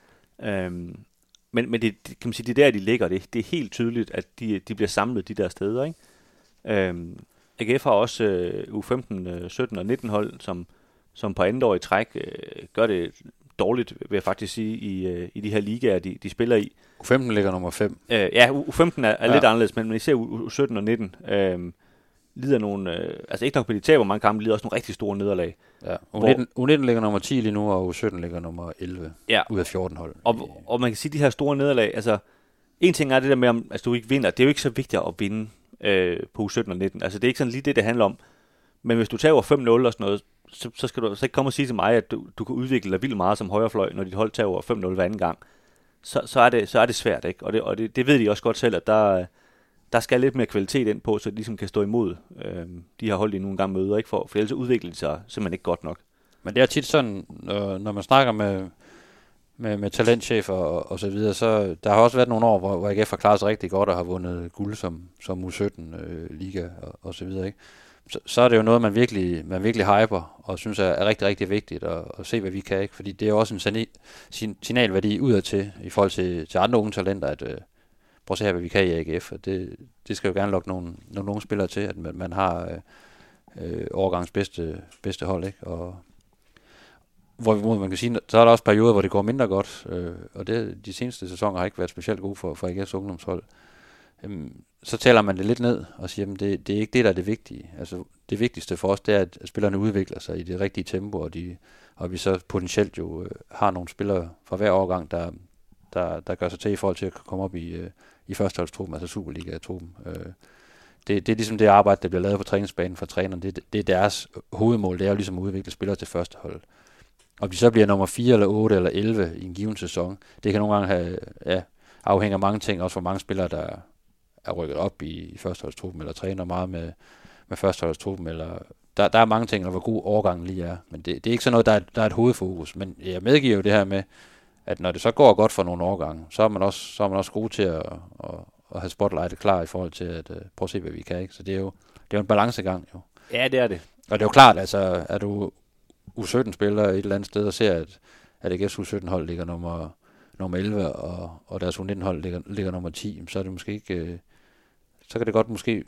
Øhm, men men det, det, kan man sige, det er der, de ligger. Det, det er helt tydeligt, at de, de bliver samlet de der steder, ikke? Øhm, A G F har også øh, U femten, sytten og nitten hold, som, som på andet år i træk øh, gør det dårligt, vil jeg faktisk sige, i, øh, i de her ligaer, de, de spiller i. U femten ligger nummer fem. Øh, ja, U femten er, er ja. lidt anderledes, men især U sytten og nitten øh, lider nogle, øh, altså ikke nok på de taber mange kampe, lider også nogle rigtig store nederlag. Ja, U nitten, U nitten ligger nummer ti lige nu, og U sytten ligger nummer elleve ja. ud af fjorten hold. Og, og man kan sige, de her store nederlag, altså en ting er det der med, om altså, du ikke vinder, det er jo ikke så vigtigt at vinde øh, på U sytten og nitten, altså det er ikke sådan lige det, det handler om. Men hvis du tager fem nul og sådan noget, så, så skal du så ikke komme og sige til mig, at du, du kan udvikle dig vildt meget som højrefløj, når dit hold tager fem nul hver anden gang. Så, så, er, det, så er det svært, ikke? Og, det, og det, det ved de også godt selv, at der, der skal lidt mere kvalitet ind på, så de ligesom kan stå imod øh, de her hold, de nogle gange møder, ikke? For, for ellers udvikler de sig simpelthen ikke godt nok. Men det er tit sådan, når, når man snakker med, med, med talentchefer og, og så videre, så der har også været nogle år, hvor, hvor A G F har klaret sig rigtig godt og har vundet guld som, som U sytten øh, liga og, og så videre, ikke? Så, så er det jo noget, man virkelig, man virkelig hyper og synes er, er rigtig, rigtig vigtigt at, at se, hvad vi kan, ikke? Fordi det er jo også en sani- sin, signalværdi udadtil i forhold til, til andre unge talenter, at øh, prøv at se her, hvad vi kan i A G F. Og det, det skal jo gerne lokke nogle, nogle unge spillere til, at man, man har øh, øh, overgangens bedste, bedste hold, ikke? Og hvor man kan sige, så er der også perioder, hvor det går mindre godt, øh, og det, de seneste sæsoner har ikke været specielt gode for, for A G F's ungdomshold. Øhm, så taler man det lidt ned og siger, at det, det er ikke det, der er det vigtige. Altså, det vigtigste for os, det er, at spillerne udvikler sig i det rigtige tempo, og, de, og vi så potentielt jo øh, har nogle spillere fra hver årgang, der, der, der gør sig til i forhold til at komme op i, øh, i førsteholdstruppen, altså Superliga-truppen. Øh, det, det er ligesom det arbejde, der bliver lavet på træningsbanen for træneren. Det, det er deres hovedmål, det er jo ligesom at udvikle spillere til førstehold. Om de så bliver nummer fire eller otte eller elleve i en given sæson, det kan nogle gange have, ja, afhænger af mange ting, også for mange spillere, der er rykket op i, i førsteholdstruppen, eller træner meget med, med førsteholdstruppen, eller der, der er mange ting, hvor god overgangen lige er, men det, det er ikke sådan noget, der er, der er et hovedfokus, men jeg medgiver jo det her med, at når det så går godt for nogle årgange, så er man også, så er man også god til at, at, at have spotlightet klar i forhold til at uh, prøve at se, hvad vi kan, ikke? Så det er jo, det er jo en balancegang, jo. Ja, det er det. Og det er jo klart, altså, er du U sytten-spiller et eller andet sted og ser, at, at A G F's U sytten-hold ligger nummer, nummer elleve, og, og deres U nitten-hold ligger, ligger nummer ti, så er det måske ikke, øh, så kan det godt måske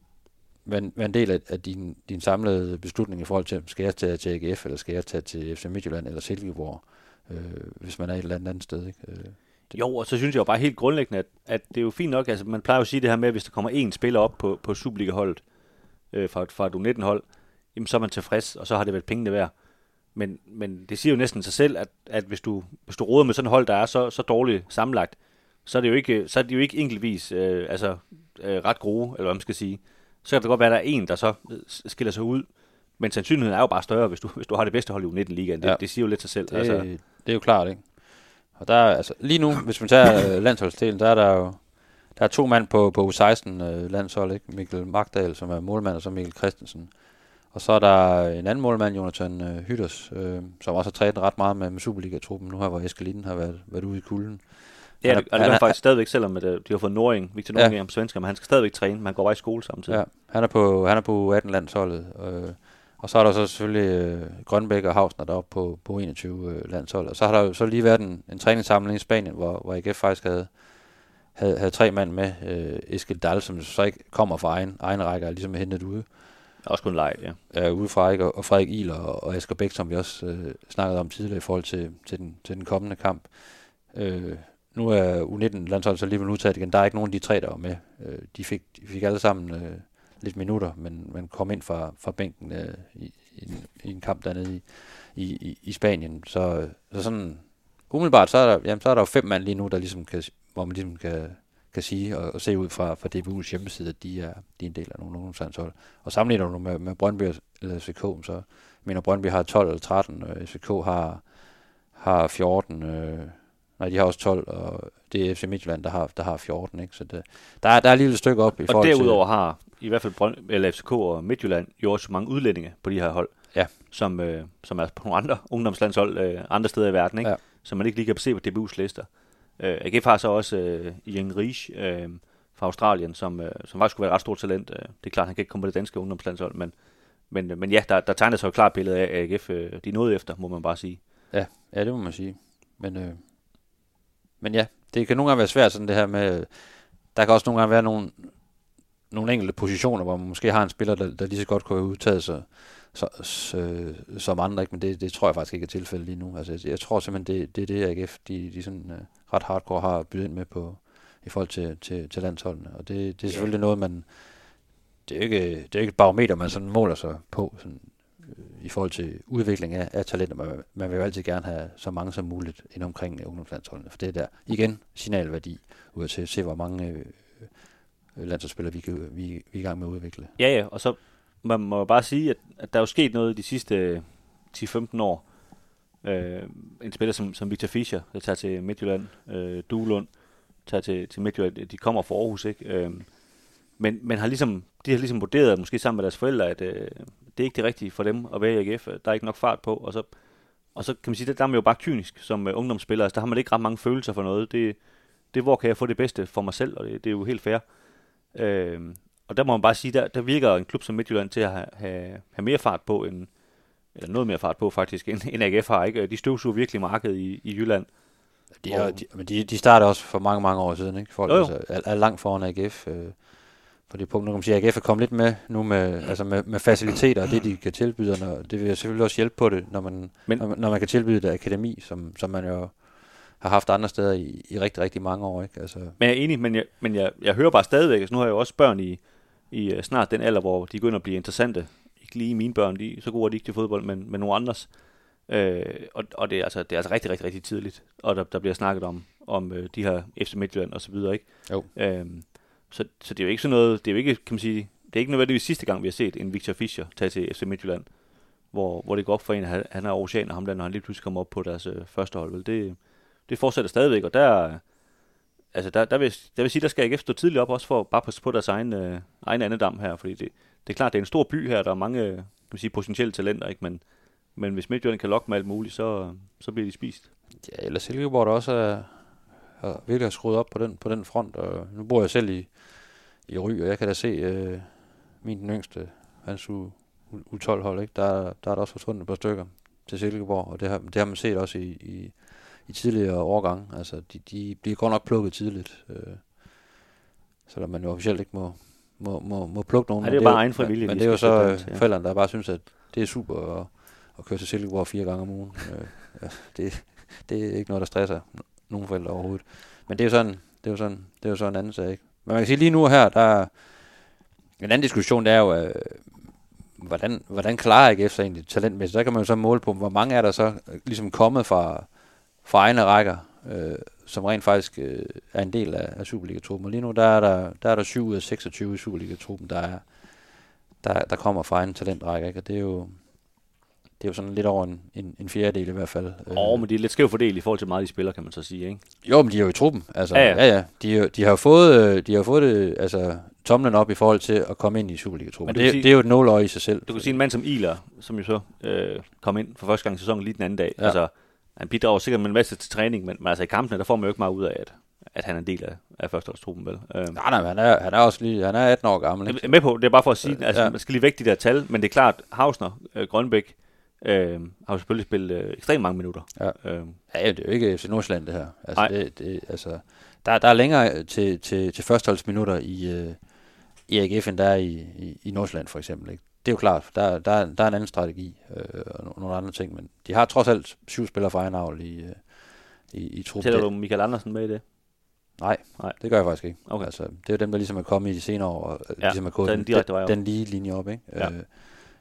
være en, være en del af, af din, din samlede beslutning i forhold til, skal jeg tage til A G F, eller skal jeg tage til F C Midtjylland eller Silkeborg, øh, hvis man er et eller andet andet sted, ikke? Øh, Jo, og så synes jeg jo bare helt grundlæggende, at, at det er jo fint nok, altså man plejer jo at sige det her med, at hvis der kommer én spiller op på, på Superliga-holdet øh, fra, fra et U nitten-hold, jamen så er man tilfreds, og så har det været pengene værd. Men, men det siger jo næsten sig selv, at, at hvis du hvis du råder med sådan et hold, der er så, så dårligt sammenlagt, så er det jo ikke, så er det jo ikke enkeltvis øh, altså, øh, ret gode, eller hvad man skal sige. Så kan det godt være, at der er en, der så skiller sig ud, men sandsynligheden er jo bare større, hvis du, hvis du har det bedste hold i U nitten-ligaen. Det, ja. det siger jo lidt sig selv. Det, altså. det er jo klart, ikke? Og der er, altså, lige nu, hvis man tager øh, landsholdsdelen, der er der jo der er to mand på, på U seksten øh, landshold, ikke? Mikkel Magdal, som er målmand, og så Mikkel Christensen. Og så er der en anden målmand, Jonathan øh, Hytters, øh, som også har trænet ret meget med, med Superliga-truppen nu her, hvor Eske Linden har været, været ude i kulden. Ja, han er, og det gør han faktisk stadigvæk, selvom at, de har fået Norring, Victor Norring ja. På svensker, men han skal stadigvæk træne, man går bare i skole samtidig. Ja, han er på, han er på U atten-landsholdet, øh, og så er der så selvfølgelig øh, Grønbæk og Hausner deroppe på, på U enogtyve-landsholdet. Og så har der jo så lige været en, en træningssamling i Spanien, hvor, hvor A G F faktisk havde, havde, havde tre mand med, øh, Eskild Dahl, som så ikke kommer fra egen, egen række, og ligesom er hentet ude. Også kun leg, ja. Ja, ude fra ikke, og Frederik Ihler og, og Asger Bæk, som vi også øh, snakkede om tidligere i forhold til, til, den, til den kommende kamp. Øh, nu er U nitten-landsholdet så alligevel udtaget igen. Der er ikke nogen af de tre, der var med. Øh, de, fik, de fik alle sammen øh, lidt minutter, men man kom ind fra, fra bænken øh, i, i, en, i en kamp dernede i, i, i, i Spanien. Så, så sådan umiddelbart, så er, der, jamen, så er der jo fem mand lige nu, der ligesom kan, hvor man ligesom kan, kan sige og, og se ud fra, fra D B U's hjemmeside, at de er, de er en del af nogle ungdomslandshold. Og sammenligner du med, med Brøndby eller F C K, så jeg mener Brøndby har tolv eller tretten, og F C K har, har fjorten. Øh, nej, de har også tolv, og det er F C Midtjylland, der har, der har fjorten. Ikke? Så det, der, er, der er et lille stykke op i og forhold til... Og derudover har i hvert fald Brøndby, eller F C K og Midtjylland jo også mange udlændinge på de her hold, ja. som, øh, som er på nogle andre ungdomslandshold øh, andre steder i verden, ikke? Ja. Som man ikke lige kan se på D B U's lister. Øh, A G F har så også øh, Ian Risch øh, fra Australien, som, øh, som faktisk skulle være et ret stort talent. Øh, det er klart, han kan ikke komme på det danske ungdomslandshold, men, men, øh, men ja, der, der tegner sig jo et klart billede af A G F. Øh, de er nået efter, må man bare sige. Ja, ja det må man sige. Men, øh, men ja, det kan nogle gange være svært sådan det her med, der kan også nogle gange være nogle, nogle enkelte positioner, hvor man måske har en spiller, der, der lige så godt kunne have udtaget sig så, så, som andre, ikke? Men det, det tror jeg faktisk ikke er tilfældet lige nu. Altså, jeg, jeg tror simpelthen, det, det er det, A G F, de, de sådan, uh, ret hardcore har bydet ind med på, i forhold til, til, til landsholdene. Og det, det er selvfølgelig noget, man... Det er jo ikke, det er ikke et barometer, man sådan måler sig på sådan, øh, i forhold til udvikling af, af talenter. Man, man vil jo altid gerne have så mange som muligt ind omkring ungdomslandsholdene. For det er der, igen, signalværdi ud til at se, hvor mange øh, landsholdsspillere vi, kan, vi, vi er i gang med at udvikle. Ja, ja, og så man må bare sige, at, at der er jo sket noget de sidste ti til femten år. Øh, en spiller som, som Victor Fischer, der tager til Midtjylland, øh, Duelund tager til, til Midtjylland, de kommer fra Aarhus, ikke? Øh, men, men har ligesom, de har ligesom vurderet, måske sammen med deres forældre, at øh, det er ikke det rigtige for dem at være i A G F. Der er ikke nok fart på, og så, og så kan man sige, der, der er man jo bare kynisk som uh, ungdomsspiller. Altså, der har man ikke ret mange følelser for noget. Det, det er, hvor kan jeg få det bedste for mig selv, og det, det er jo helt fair. Øh, Og der må man bare sige, der, der virker en klub som Midtjylland til at have, have, have mere fart på, end, eller noget mere fart på faktisk, end, end A G F har. Ikke? De støvsuger virkelig markedet i, i Jylland. De, er, de, men de, de startede også for mange, mange år siden. Ikke? Folk jo, jo. Altså, er, er langt foran A G F. Øh, på det punkt, nu kan man sige, at A G F er kommet lidt med nu med, altså med, med faciliteter og det, de kan tilbyde. Og det vil selvfølgelig også hjælpe på det, når man, men, når, når man kan tilbyde det akademi, som, som man jo har haft andre steder i, i rigtig, rigtig mange år. Ikke? Altså. Men jeg er enig, men jeg, men jeg, jeg hører bare stadigvæk, altså nu har jeg jo også børn i, i uh, snart den alder, hvor de begynder at blive interessante. Ikke lige mine børn, de, så gode er de ikke til fodbold, men, men nogle andres. Øh, og og det, er altså, det er altså rigtig, rigtig, rigtig tidligt. Og der, der bliver snakket om, om øh, de her F C Midtjylland og så videre, ikke? Jo. Øhm, så, så det er jo ikke sådan noget, det er jo ikke, kan man sige, det er ikke nødvendigvis sidste gang, vi har set en Victor Fischer tage til F C Midtjylland, hvor, hvor det går op for en, at han er oceaner, ham der, når han lige pludselig kommer op på deres øh, første hold. Vel? Det, det fortsætter stadigvæk, og der, altså der, der, vil, der vil sige, der skal ikke stå tidligt op, også for at bare passe på deres egen, øh, egen andedam her, fordi det, det er klart, det er en stor by her, der er mange, kan man sige, potentielle talenter, ikke? Men, men hvis Midtjylland kan lokke med alt muligt, så, så bliver de spist. Ja, eller Silkeborg, der også er, har virkelig skruet op på den, på den front, og nu bor jeg selv i, i Ry, og jeg kan da se øh, min den yngste, hans U tolv hold, ikke? Der, der er der også forsvundet et par stykker til Silkeborg, og det har, det har man set også i, i, i tidligere årgange. Altså, de, de bliver godt nok plukket tidligt, øh, så man jo officielt ikke må, må, må, må plukke nogen. Nej, det er jo bare egen frivillige. Men, men det er jo så øh, ja. forældrene, der bare synes, at det er super at, at køre til Silkeborg fire gange om ugen. øh, ja, det, det er ikke noget, der stresser nogen forældre overhovedet. Men det er jo sådan, det er jo sådan, det er jo sådan en anden sag, ikke? Men man kan sige lige nu her, der er en anden diskussion, det er jo, øh, hvordan, hvordan klarer A G F sig egentlig talentmæssigt? Der kan man jo så måle på, hvor mange er der så ligesom kommet fra, fra egne rækker, øh, som rent faktisk øh, er en del af, af Superliga-truppen. Og lige nu, der er der, der er der syv ud af seksogtyve i Superliga-truppen, der, er, der, der kommer fra egne talentrækker, ikke? Og det er jo det er jo sådan lidt over en, en, en fjerdedel i hvert fald. Åh, oh, men de er lidt skævt fordelt i forhold til meget de spiller, kan man så sige, ikke? Jo, men de er jo i truppen. Altså, ja, ja. ja, ja. De, de har jo fået, de har fået det, altså, tomlen op i forhold til at komme ind i Superliga-truppen. Det, sige, det er jo et nåløje i sig selv. Du kan sige en mand som Ihler, som jo så øh, kom ind for første gang i sæsonen lige den anden dag. Ja. Altså, han bidrager sikkert med en masse til træning, men, men altså i kampene, der får man jo ikke meget ud af, at, at han er en del af, af førsteholdstruppen, vel? Øh. Nej, nej, han er, han er også lige, han er atten år gammel, ikke? Jeg er med på, det er bare for at sige, altså, ja. Man skal lige væk de der tal, men det er klart, Hausner, øh, Grønbæk, Øh, har jo selvfølgelig spillet øh, ekstremt mange minutter. Ja, øh. ja det er jo ikke F C Nordsjælland det her. Altså, det, det, altså, der, der er længere til, til, til førsteholdsminutter i, øh, i A G F, end der er i, i, i Nordsjælland for eksempel. Ikke? Det er jo klart, der, der, der er en anden strategi øh, og nogle andre ting, men de har trods alt syv spillere fra egen avl i, øh, i, i truppen. Tæller du Michael Andersen med i det? Nej, Nej, det gør jeg faktisk ikke. Okay. Altså, det er jo dem, der ligesom er kommet i de senere år, og ja, ligesom er gået den, den, den lige linje op, ikke? Ja. Øh,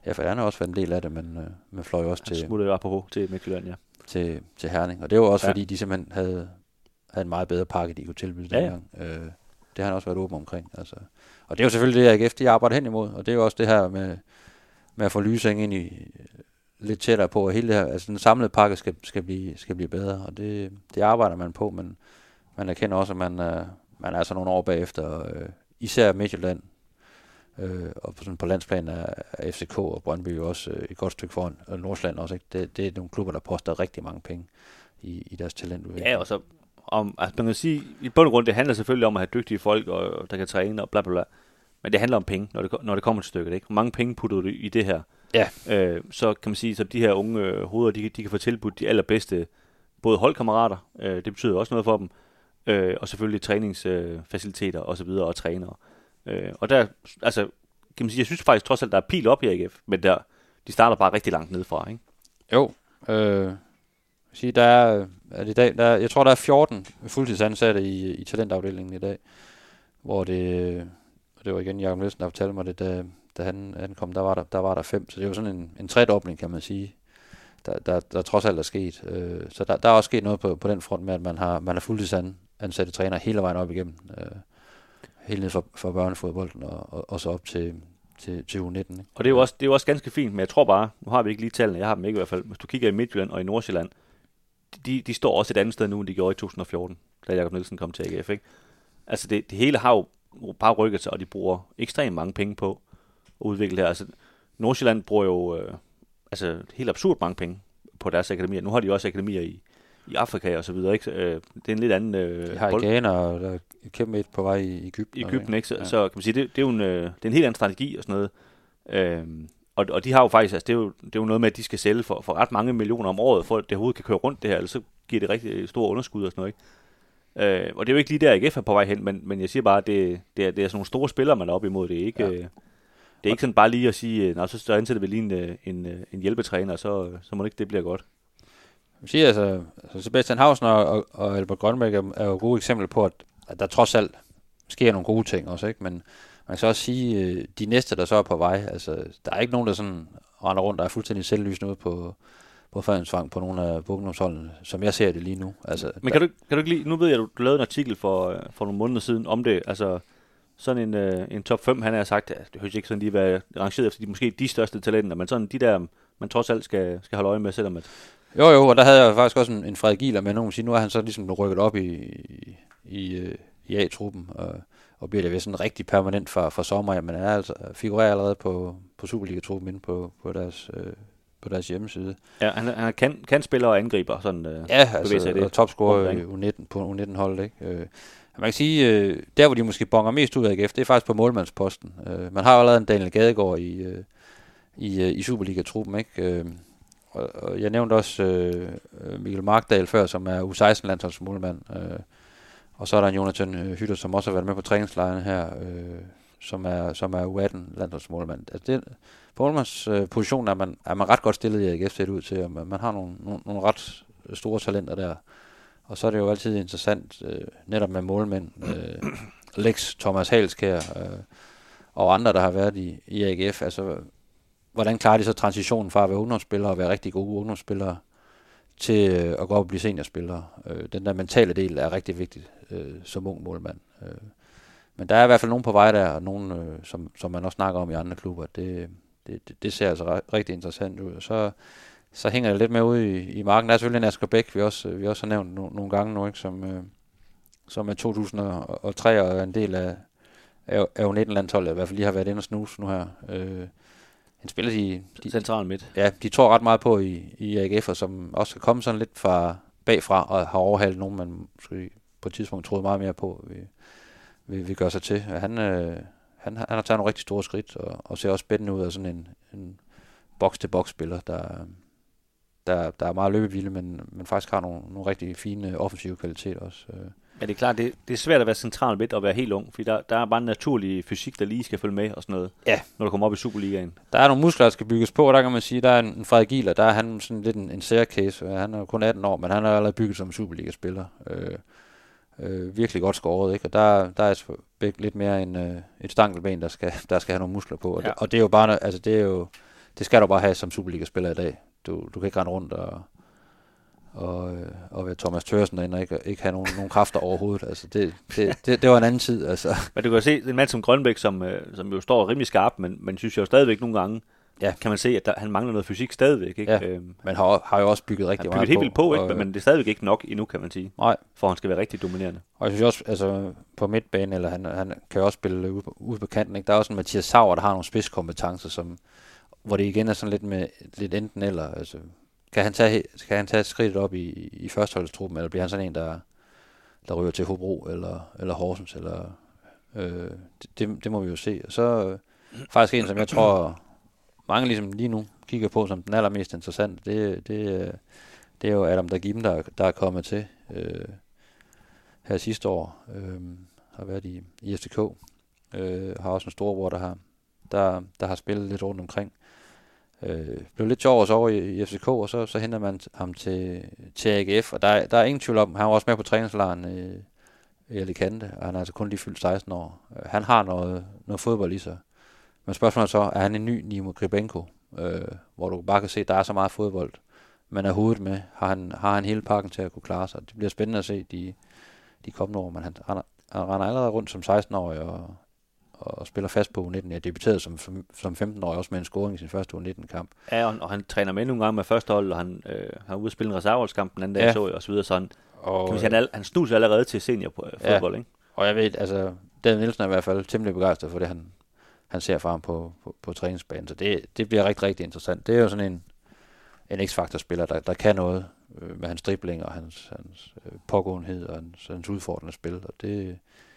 Ja, for han har også været en del af det, men øh, man fløj også Han til, smuttede jo apropos til Midtjylland, ja. til, til Herning. Og det var også, Ja. fordi de simpelthen havde, havde en meget bedre pakke, de kunne tilbyde Ja, ja. dengang. Øh, det har han også været åben omkring. Altså. Og det er jo selvfølgelig det, A G F de arbejder hen imod. Og det er jo også det her med, med at få Lysing ind i lidt tættere på, at hele det her, altså den samlede pakke skal, skal, blive, skal blive bedre. Og det, det arbejder man på, men man erkender også, at man, er, man er altså nogle år bagefter. Øh, især Midtjylland. Øh, og på, sådan på landsplan er, er F C K og Brøndby jo også øh, et godt stykke foran, og Nordsjælland også, ikke? Det, det er nogle klubber, der poster rigtig mange penge i, i deres talentudvikling. Ja, og så om, altså man kan sige, i bund og grund, det handler selvfølgelig om at have dygtige folk, og, og der kan træne og bla bla bla. Men det handler om penge, når det, når det kommer til stykket, ikke? Hvor mange penge putter du i det her? Ja. Øh, så kan man sige, at de her unge øh, hoveder, de, de kan få tilbudt de allerbedste, både holdkammerater, øh, det betyder også noget for dem, øh, og selvfølgelig træningsfaciliteter øh, og så videre, og trænere. Øh, og der, altså, kan man sige, jeg synes faktisk trods alt, der er pil op i A G F, men der, de starter bare rigtig langt nedefra, ikke? Jo, øh, sige, der er, er det i dag, der er, jeg tror, der er fjorten fuldtidsansatte i, i talentafdelingen i dag, hvor det, og det var igen Jakob Nielsen, der fortalte mig det, da, da han ankom, der var der, der var der fem, så det er jo sådan en, en tredobling, kan man sige, der, der, der trods alt er sket. Øh, så der, der er også sket noget på, på den front med, at man har, man har fuldtidsansatte træner hele vejen op igennem, øh, helt ned for, for børnefodbolden og, og, og så op til, til, til U nitten. Ikke? Og det er, jo også, det er jo også ganske fint, men jeg tror bare, nu har vi ikke lige tallene, jeg har dem ikke i hvert fald, hvis du kigger i Midtjylland og i Nordsjælland, de, de står også et andet sted nu, end de gjorde i to tusind og fjorten, da Jakob Nielsen kom til A G F, ikke? Altså det, det hele har jo bare rykket sig, og de bruger ekstremt mange penge på at udvikle det her. Altså Nordsjælland bruger jo øh, altså helt absurd mange penge på deres akademier. Nu har de også akademier i, i Afrika og så videre, ikke? Øh, det er en lidt anden... Øh, de har i Ghana, og der er kæmpe et på vej i Egypten. I Egypten, ikke? Så, ja. så kan man sige, det, det, er jo en, øh, det er en helt anden strategi og sådan noget. Øhm, og, og de har jo faktisk, altså det er jo, det er jo noget med, at de skal sælge for, for ret mange millioner om året, for at det overhovedet kan køre rundt det her, ellers så giver det rigtig store underskud og sådan noget, ikke? Øh, og det er jo ikke lige der, A G F er på vej hen, men, men jeg siger bare, at det, det, er, det er sådan nogle store spillere, man er op imod. Det er ikke, ja. øh, det er ikke sådan bare lige at sige, nej, så, så ansætter vi lige en, en, en hjælpetræner, så, så må det ikke det bliver godt. Jeg siger altså, altså Sebastian Hausen og, og, og Albert Grønbæk er, er jo gode eksempler på, at, at der trods alt sker nogle gode ting også, ikke? Men man kan så også sige, de næste, der så er på vej, altså der er ikke nogen, der sådan render rundt, der er fuldstændig selvlysende ude på, på Fredensvang på nogle af ungdomsholdene, som jeg ser det lige nu. Altså, men kan du, kan du ikke lige, nu ved jeg, at du, du lavede en artikel for, for nogle måneder siden om det, altså sådan en, øh, en top fem, han har sagt, at det høres ikke sådan lige være rangeret efter de, måske de største talenter, men sådan de der, man trods alt skal, skal holde øje med, selvom at... Jo jo, og der havde jeg faktisk også en, en Frederik Gieler med, nogen sige, nu er han så ligesom rykket op i, i, i, i A-truppen, og, og bliver det ved sådan rigtig permanent for, for sommer, men han er altså, figurerer allerede på, på Superliga-truppen inde på, på, deres, øh, på deres hjemmeside. Ja, han, han kan, kan spille og angriber, sådan øh, ja, altså, sig det. Og topscorer i U nitten, på U nitten-holdet, ikke? Øh, man kan sige, øh, der hvor de måske bonger mest ud af A G F, det er faktisk på målmandsposten. Øh, man har jo allerede en Daniel Gadegaard i, øh, i, øh, i Superliga-truppen, ikke? Øh, og, og jeg nævnte også øh, Mikkel Markdal før, som er U seksten-landsholdsmålmand. Øh, og så er der en Jonathan Hytter, som også har været med på træningslejren her, øh, som er, som er U atten-landsholdsmålmand. Altså det, på målmandspositionen er man, er man ret godt stillet i A G F, set ud til, og man, man har nogle, nogle, nogle ret store talenter der. Og så er det jo altid interessant, øh, netop med målmænd, øh, Lex, Thomas Halskær øh, og andre, der har været i, i A G F. Altså, hvordan klarer de så transitionen fra at være ungdomsspillere og være rigtig gode ungdomsspillere til øh, at gå op og blive seniorspillere? Øh, den der mentale del er rigtig vigtig øh, som ung målmand. Øh, men der er i hvert fald nogen på vej der, og nogen, øh, som, som man også snakker om i andre klubber. Det, det, det, det ser altså re- rigtig interessant ud. Og så så hænger det lidt med ude i, i marken. Der er selvfølgelig en Asger Bæk, vi også, vi også har nævnt no, nogle gange nu, ikke, som, øh, som er to tusind og tre og er en del af, af, af U nitten-landsholdet, i hvert fald lige har været inde og snuse nu her. Øh, en spiller, de, de, central midt. Ja, de tror ret meget på i, i A G F'er, som også kan komme sådan lidt fra bagfra og har overhalet nogen, man måske på et tidspunkt troede meget mere på, vi, vi, vi gør sig til. Han, øh, han, han har taget nogle rigtig store skridt, og, og ser også spændende ud af sådan en, en box-til-box-spiller, der Der, der er meget løbevilde, men, men faktisk har nogle, nogle rigtig fine offensive kvaliteter også. Ja, det er klart, det, det er svært at være central midt og være helt ung, fordi der, der er bare en naturlig fysik, der lige skal følge med og sådan noget, ja, når du kommer op i Superligaen. Der er nogle muskler, der skal bygges på, og der kan man sige, der er en, en Frederik Gieler, der er han sådan lidt en, en særcase. Han er kun atten år, men han er allerede bygget som Superliga-spiller. Øh, øh, virkelig godt skåret, ikke? Og der, der er Bæk lidt mere en, øh, et stankelben, der skal, der skal have nogle muskler på. Og, ja. det, og det er jo bare, altså det er jo det skal du bare have som Superliga-spiller i dag. Du, du kan ikke rende rundt og, og, og være Thomas Thørsen derinde og ikke, ikke have nogen, nogen kræfter overhovedet. Altså, det, det, det, det var en anden tid. Altså. Men du kan se, en mand som Grønbæk, som, som jo står rimelig skarp, men man synes jo stadigvæk nogle gange, ja. Kan man se, at der, han mangler noget fysik stadigvæk. Ikke? Ja, øhm, men har, har jo også bygget rigtig meget på. Han bygget helt vildt på, ikke? Og, men det er stadigvæk ikke nok endnu, kan man sige. Nej. For han skal være rigtig dominerende. Og jeg synes også, altså på midtbanen, eller han, han kan jo også spille ude på, ude på kanten, ikke? Der er også en Mathias Sauer, der har nogle spidskompetencer, som, hvor det igen er sådan lidt med lidt enten eller. Altså, kan han tage, kan han tage skridtet op i, i førsteholdstruppen, eller bliver han sådan en, der, der ryger til Hobro, eller, eller Horsens, eller øh, det, det må vi jo se. Og så øh, faktisk en, som jeg tror, mange ligesom lige nu kigger på som den allermest interessante, det, det, det er jo Adam Dagim, der, der er kommet til øh, her sidste år. Øh, har været i, i F C K. Øh, har også en storebror, der har, der, der har spillet lidt rundt omkring. Øh, blev lidt sjov over i, i F C K, og så, så henter man ham til, til A G F. Og der, der er ingen tvivl om, han var også med på træningslejren øh, i Alicante, og han er altså kun lige fyldt seksten år. Øh, han har noget, noget fodbold i sig. Men spørgsmålet er så, er han en ny Nimo Gribenko, øh, hvor du bare kan se, at der er så meget fodbold, men er hovedet med, har han, har han hele pakken til at kunne klare sig. Det bliver spændende at se de, de kommende år, men han render, han render allerede rundt som seksten-årig og, og spiller fast på U nitten. Jeg debuterede som, som, som femten-årig også med en scoring i sin første U nitten-kamp. Ja, og, og han træner med nogle gange med første hold, og han, øh, han er ude at spille en reserveholdskamp den anden dag, ja. Så og så videre, så han, og, kan man sige, han, han snuser allerede til seniorfodbold, ja. Ikke? Og jeg ved, altså, David Nielsen er i hvert fald temmelig begejstret for det, han han ser fra ham på, på, på træningsbanen, så det, det bliver rigtig, rigtig interessant. Det er jo sådan en, en X-faktor-spiller, der, der kan noget øh, med hans dribling og hans, hans øh, pågåenhed og hans, hans udfordrende spil, og det,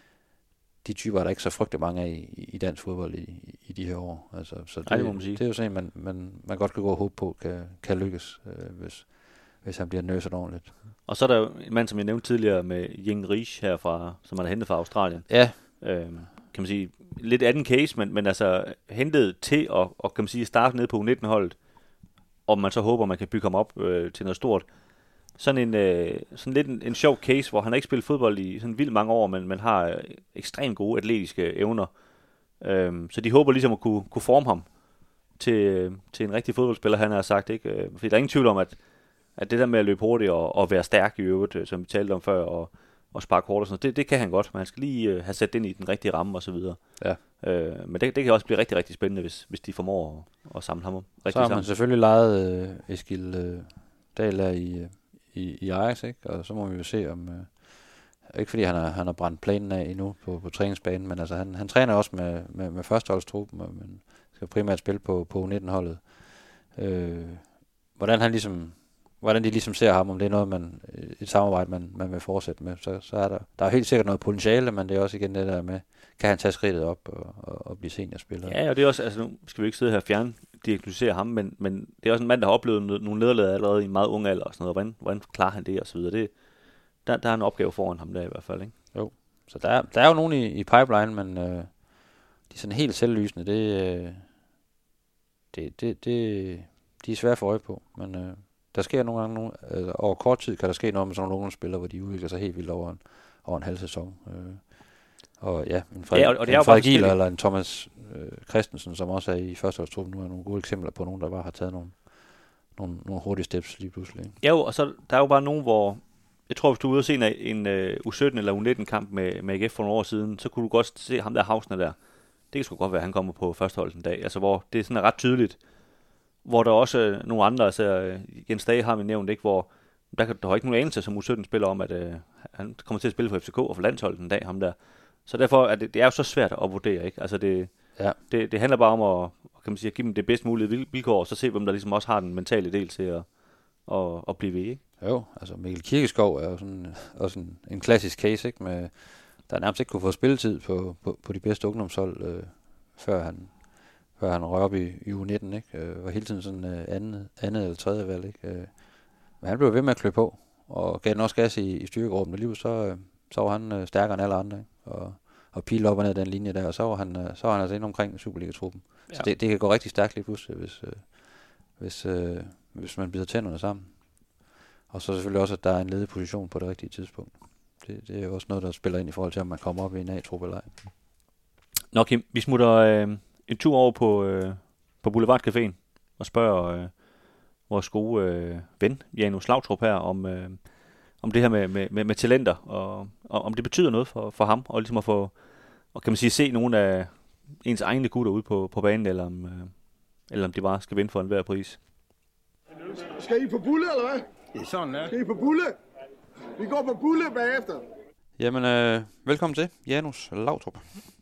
de typer er der ikke så frygtelig mange af i, i dansk fodbold i, i de her år. Altså, så det, Ej, det, må man sige. Det er jo sådan en, man, man, man godt kan gå og håbe på, kan, kan lykkes, øh, hvis, hvis han bliver nøset ordentligt. Og så er der jo en mand, som jeg nævnte tidligere, med Jing Risch herfra, som han er hentet fra Australien. Ja. Øhm, kan man sige, lidt anden case, men, men altså hentet til at og, kan man sige, starte ned på U nitten-holdet, og man så håber, man kan bygge ham op øh, til noget stort. Sådan en øh, sådan lidt en, en sjov case, hvor han har ikke spillet fodbold i sådan vildt mange år, men man har øh, ekstremt gode atletiske evner. Øhm, så de håber ligesom at kunne, kunne forme ham til, øh, til en rigtig fodboldspiller, han har sagt. Ikke? Øh, fordi der er ingen tvivl om, at, at det der med at løbe hurtigt og, og være stærk i øvrigt, øh, som vi talte om før, og og sparke hårdt og sådan noget. Det, det kan han godt, men han skal lige øh, have sat den i den rigtige ramme og så videre. Ja. Øh, men det, det kan også blive rigtig, rigtig spændende, hvis, hvis de formår at, at samle ham rigtig så har man sammen. selvfølgelig lejet øh, Eskil øh, Dahl er i, i, i Ajax, ikke? Og så må vi jo se om, øh, ikke fordi han har, han har brændt planen af endnu på, på træningsbanen, men altså han, han træner også med, med, med førsteholdstruppen, men skal primært spille på, på U nitten-holdet. Øh, hvordan han ligesom hvordan de ligesom ser ham, om det er noget, man, et samarbejde, man, man vil fortsætte med, så, så er der, der er helt sikkert noget potentiale, men det er også igen det der med, kan han tage skridtet op og, og, og blive seniorspiller? Ja, og det er også, altså nu skal vi ikke sidde her og fjerne, diagnostisere ham, men, men det er også en mand, der har oplevet nogle nederlag allerede i en meget ung alder og sådan noget, hvordan, hvordan klarer han det og så videre, det, der, der er en opgave foran ham der i hvert fald, ikke? Jo, så der, der er jo nogen i, i pipeline, men øh, de er sådan helt selvlysende, det, øh, det, det, det, de er svære at få øje på, men øh, der sker nogle gange, nogle, altså over kort tid kan der ske noget med sådan nogle spillere, hvor de udvikler sig helt vildt over en, over en halv sæson. Øh, og ja, en Frederik, ja, og, og en Frederik Giel eller en Thomas øh, Christensen, som også er i førsteholdstruppen nu, er nogle gode eksempler på nogen, der bare har taget nogle, nogle, nogle hurtige steps lige pludselig. Ja, jo, og så der er jo bare nogen, hvor jeg tror, hvis du er ude og se en, en uh, U sytten eller U nitten-kamp med, med A G F for nogle år siden, så kunne du godt se ham der Hausner der. Det kan sgu godt være, at han kommer på førsteholdet en dag. Altså, hvor det er sådan ret tydeligt. Hvor der også er nogle andre, altså Jens Dage har vi nævnt, ikke, hvor der, der har ikke nogen anelse som U sytten-spiller om, at uh, han kommer til at spille for F C K og for landsholdet en dag, ham der. Så derfor er det, det er jo så svært at vurdere, ikke? Altså, det, ja. det, det handler bare om at, kan man sige, at give dem det bedst mulige vilkår, og så se, hvem der ligesom også har den mentale del til at, at, at blive ved, ikke? Jo, altså Mikkel Kirkeskov er jo sådan, også en, en klassisk case, ikke? Med, der nærmest ikke kunne få spilletid på, på, på de bedste ungdomshold, øh, før han før han røg op i, i U nitten, ikke? Øh, var hele tiden sådan øh, andet, andet eller tredje valg, ikke? Øh, men han blev ved med at klø på, og gav den også gas i, i styrkegruppen, og lige så, øh, så var han øh, stærkere end alle andre, ikke? Og, og pile op og ned den linje der, og så var han, øh, så var han altså inde omkring Superliga-truppen. Ja. Så det, det kan gå rigtig stærkt lige pludselig, hvis, øh, hvis, øh, hvis man bider tænderne sammen. Og så selvfølgelig også, at der er en ledig position på det rigtige tidspunkt. Det, det er jo også noget, der spiller ind i forhold til, om man kommer op i en A-trup eller ej. Nå Kim, vi smutter øh, en tur over på, øh, på Boulevardcaféen. og spørger øh, vores gode øh, ven, Janus Lautrup her, om, øh, om det her med, med, med, med talenter, og, og om det betyder noget for, for ham, og ligesom at få, og kan man sige, se nogle af ens egne gutter ude på, på banen, eller om, øh, eller om de bare skal vinde for enhver pris. Skal I på bulle, eller hvad? Det er sådan, ja. Skal I på bulle? Vi går på bulle bagefter. Jamen, øh, velkommen til, Janus Lautrup.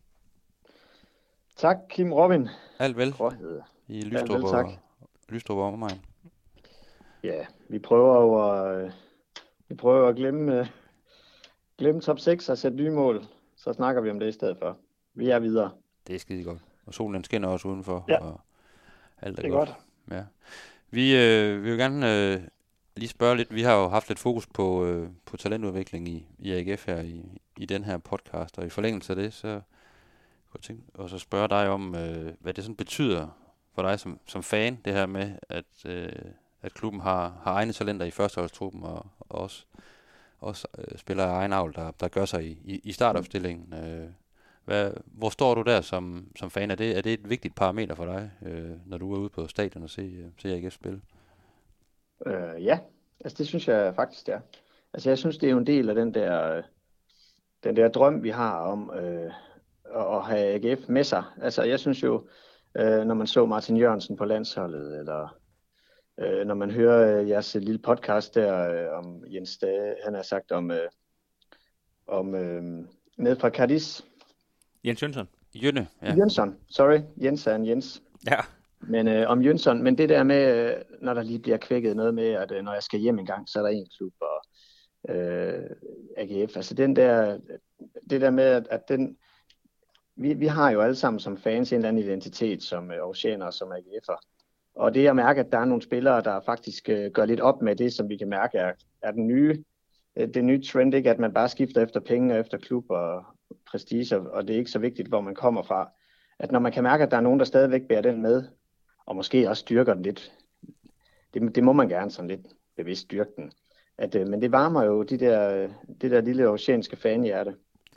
Tak, Kim Robin. Alt vel Gråhed. i Lystrup vel, tak. og Lystrup og omegn. Ja, vi prøver jo at, øh, vi prøver at glemme, øh, glemme top seks og sætte nye mål. Så snakker vi om det i stedet for. Vi er videre. Det er skide godt. Og solen skinner også udenfor. Ja. Og alt er, Det er godt. godt. Ja. Vi øh, vil jo gerne øh, lige spørge lidt. Vi har jo haft lidt fokus på, øh, på talentudvikling i, i A G F her i, i den her podcast. Og i forlængelse af det, så kunne jeg tænke og så spørge dig om, øh, hvad det sådan betyder for dig som, som fan, det her med, at, øh, at klubben har, har egne talenter i førsteholdstruppen, og, og også, også øh, spiller af egen avl, der, der gør sig i, i, i startopstillingen. Øh, hvad, hvor står du der som, som fan? Er det, er det et vigtigt parameter for dig, øh, når du er ude på stadion og se, se A G F spille? Øh, ja, altså det synes jeg faktisk, det er. Altså jeg synes, det er jo en del af den der, den der drøm, vi har om øh, at have A G F med sig. Altså jeg synes jo, øh, når man så Martin Jørgensen på landsholdet, eller øh, når man hører øh, jeres lille podcast der øh, om Jens Dage, han har sagt om, øh, om øh, ned fra Cadiz. Jens Jønsson. Jønne, ja. Jønsson, sorry, Jens er en Jens. Ja. Men øh, om Jønsson, men det der med, øh, når der lige bliver kvækket noget med, at øh, når jeg skal hjem en gang, så er der en klub og øh, A G F. Altså den der, det der med, at, at den, vi, vi har jo alle sammen som fans en eller anden identitet, som øh, oceaner og som A G F'er. Og det at mærke, at der er nogle spillere, der faktisk øh, gør lidt op med det, som vi kan mærke er, er den nye, øh, det nye trend, ikke? At man bare skifter efter penge og efter klub og prestige, og det er ikke så vigtigt, hvor man kommer fra. At når man kan mærke, at der er nogen, der stadigvæk bærer den med, og måske også styrker den lidt, det, det må man gerne sådan lidt bevidst styrke den. At, øh, men det varmer jo de der, det der lille oceanske fanhjerte.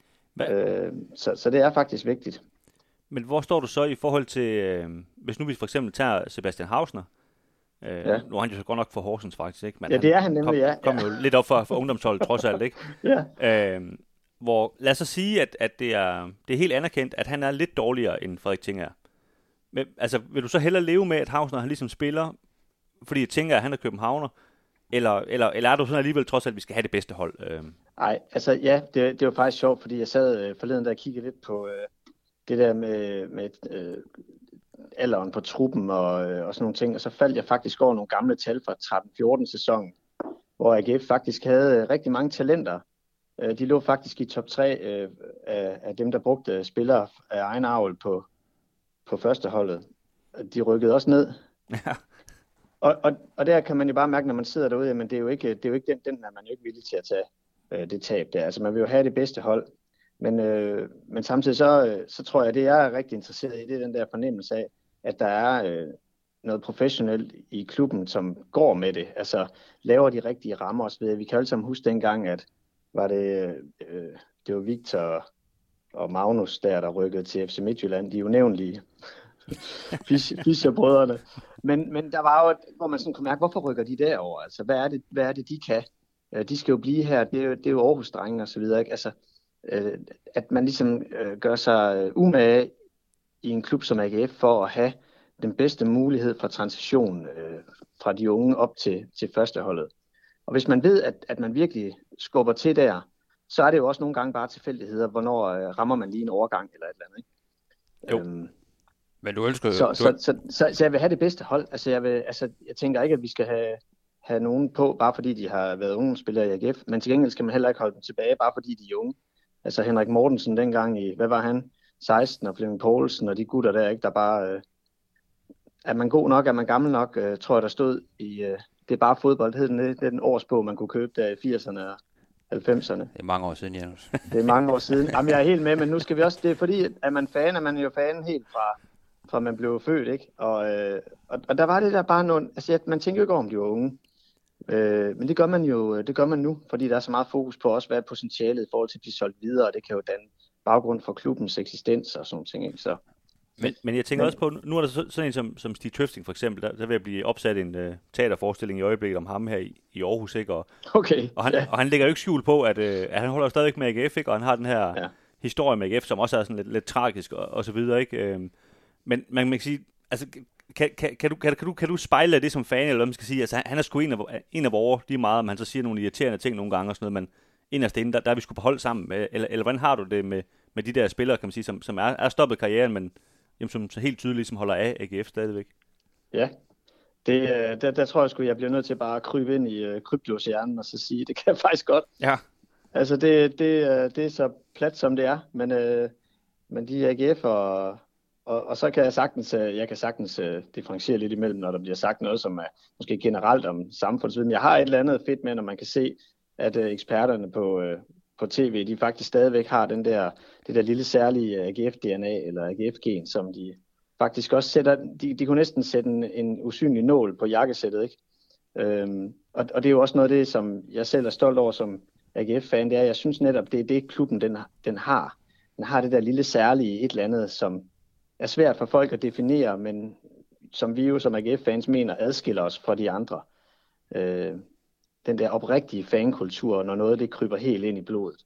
Øh, så, så det er faktisk vigtigt. Men hvor står du så i forhold til, øh, hvis nu vi for eksempel tager Sebastian Hausner, øh, ja. Nu er han jo så godt nok for Horsens faktisk, ikke? Men ja, det er han nemlig, kom, ja. kom jo lidt op for, for ungdomsholdet trods alt, ikke? Ja. Øh, hvor, lad os så sige, at, at det, er, det er helt anerkendt, at han er lidt dårligere end Frederik Ting er. Men altså, vil du så hellere leve med, at Hausner han ligesom spiller, fordi jeg tænker, at han er københavner, eller, eller, eller er du sådan alligevel trods alt, at vi skal have det bedste hold? Nej, altså ja, det, det var faktisk sjovt, fordi jeg sad øh, forleden der og kiggede lidt på øh, det der med, med øh, alderen på truppen og, øh, og sådan nogle ting, og så faldt jeg faktisk over nogle gamle tal fra tretten fjorten sæsonen, hvor A G F faktisk havde øh, rigtig mange talenter. Øh, de lå faktisk i top tre øh, af, af dem, der brugte spillere af egen avl på, på førsteholdet. De rykkede også ned. Ja. Og, og, og der kan man jo bare mærke, når man sidder derude, men det er jo ikke, det er jo ikke den, den er man jo ikke villig til at tage øh, det tab der. Altså man vil jo have det bedste hold. Men, øh, men samtidig så, øh, så tror jeg, at det jeg er rigtig interesseret i, det er den der fornemmelse af, at der er øh, noget professionelt i klubben, som går med det. Altså laver de rigtige rammer osv. Vi kan alle sammen huske dengang, at var det, øh, det var Victor og Magnus der, der rykkede til F C Midtjylland. De er jo nævnlige. Fischer-brødrene. Men, men der var jo, et, hvor man sådan kunne mærke, hvorfor rykker de derover? Altså, hvad er det, hvad er det de kan? De skal jo blive her, det er jo, det er jo Aarhus-drenge og så videre, ikke? Altså, øh, at man ligesom øh, gør sig umage i en klub som A G F for at have den bedste mulighed for transition øh, fra de unge op til, til førsteholdet. Og hvis man ved, at, at man virkelig skubber til der, så er det jo også nogle gange bare tilfældigheder, hvornår øh, rammer man lige en overgang eller et eller andet, ikke? Jo. Øhm, Men du ønsker så, du... så, så, så, så jeg vil have det bedste hold. Altså jeg, vil, altså, jeg tænker ikke, at vi skal have, have nogen på, bare fordi de har været ungdomsspillere i A G F. Men til gengæld skal man heller ikke holde dem tilbage, bare fordi de er unge. Altså Henrik Mortensen dengang i, hvad var han? seksten, og Flemming Poulsen og de gutter der, ikke, der bare... Øh, er man god nok, er man gammel nok, øh, tror jeg, der stod i... Øh, det er bare fodbold, det, den, det er den årsbog, man kunne købe der i firserne og halvfemserne. Det er mange år siden, Janus. Det er mange år siden. Jamen, jeg er helt med, men nu skal vi også... Det er fordi, at man fan, er man jo fan helt fra... fra man blev født, ikke? Og, øh, og, og der var det der bare nogle... Altså, man tænker jo ikke over, om de var unge. Øh, men det gør man jo det gør man nu, fordi der er så meget fokus på også, hvad er potentialet i forhold til at blive solgt videre, og det kan jo danne baggrund for klubbens eksistens og sådan ting, ikke? Så, Men, men jeg tænker men, også på, nu er der så, sådan en som, som Stig Tøfting for eksempel, der, der vil blive opsat en uh, teaterforestilling i øjeblikket om ham her i, i Aarhus, ikke? Og, okay, og, han, ja. og han lægger jo ikke skjul på, at, uh, at han holder jo stadigvæk med A G F, ikke? Og han har den her ja. historie med A G F, som også er sådan lidt, lidt tragisk og, og så videre, ikke? Uh, men man kan sige, altså, kan, kan, kan, du, kan, kan, du, kan du spejle det som fan, eller hvad man skal sige? Altså, han er sgu en af, en af vores lige meget, om han så siger nogle irriterende ting nogle gange og sådan noget, men inderst inde, der, der er vi sgu på hold sammen med, eller, eller hvordan har du det med, med de der spillere, kan man sige, som, som er, er stoppet karrieren, men jamen, som så helt tydeligt som holder af A G F stadigvæk? Ja, det, der, der tror jeg sgu, jeg bliver nødt til bare at krybe ind i uh, kryptoshjernen og så sige, det kan jeg faktisk godt. Ja. Altså, det, det, uh, det er så plat, som det er, men, uh, men de A G F, og, og, og så kan jeg sagtens, uh, jeg kan sagtens uh, differentiere lidt imellem, når der bliver sagt noget, som er måske generelt om samfundsviden. Jeg har et eller andet fedt med, når man kan se, at uh, eksperterne på, uh, på tv, de faktisk stadigvæk har den der, det der lille særlige A G F D N A, eller A G F-gen, som de faktisk også sætter, de, de kunne næsten sætte en, en usynlig nål på jakkesættet, ikke? Øhm, og, og det er jo også noget af det, som jeg selv er stolt over som A G F-fan, det er, jeg synes netop, det er det, klubben den, den har. Den har det der lille særlige et eller andet, som er svært for folk at definere, men som vi jo som A G F-fans mener adskiller os fra de andre. Øh, den der oprigtige fankultur, når noget det kryber helt ind i blodet.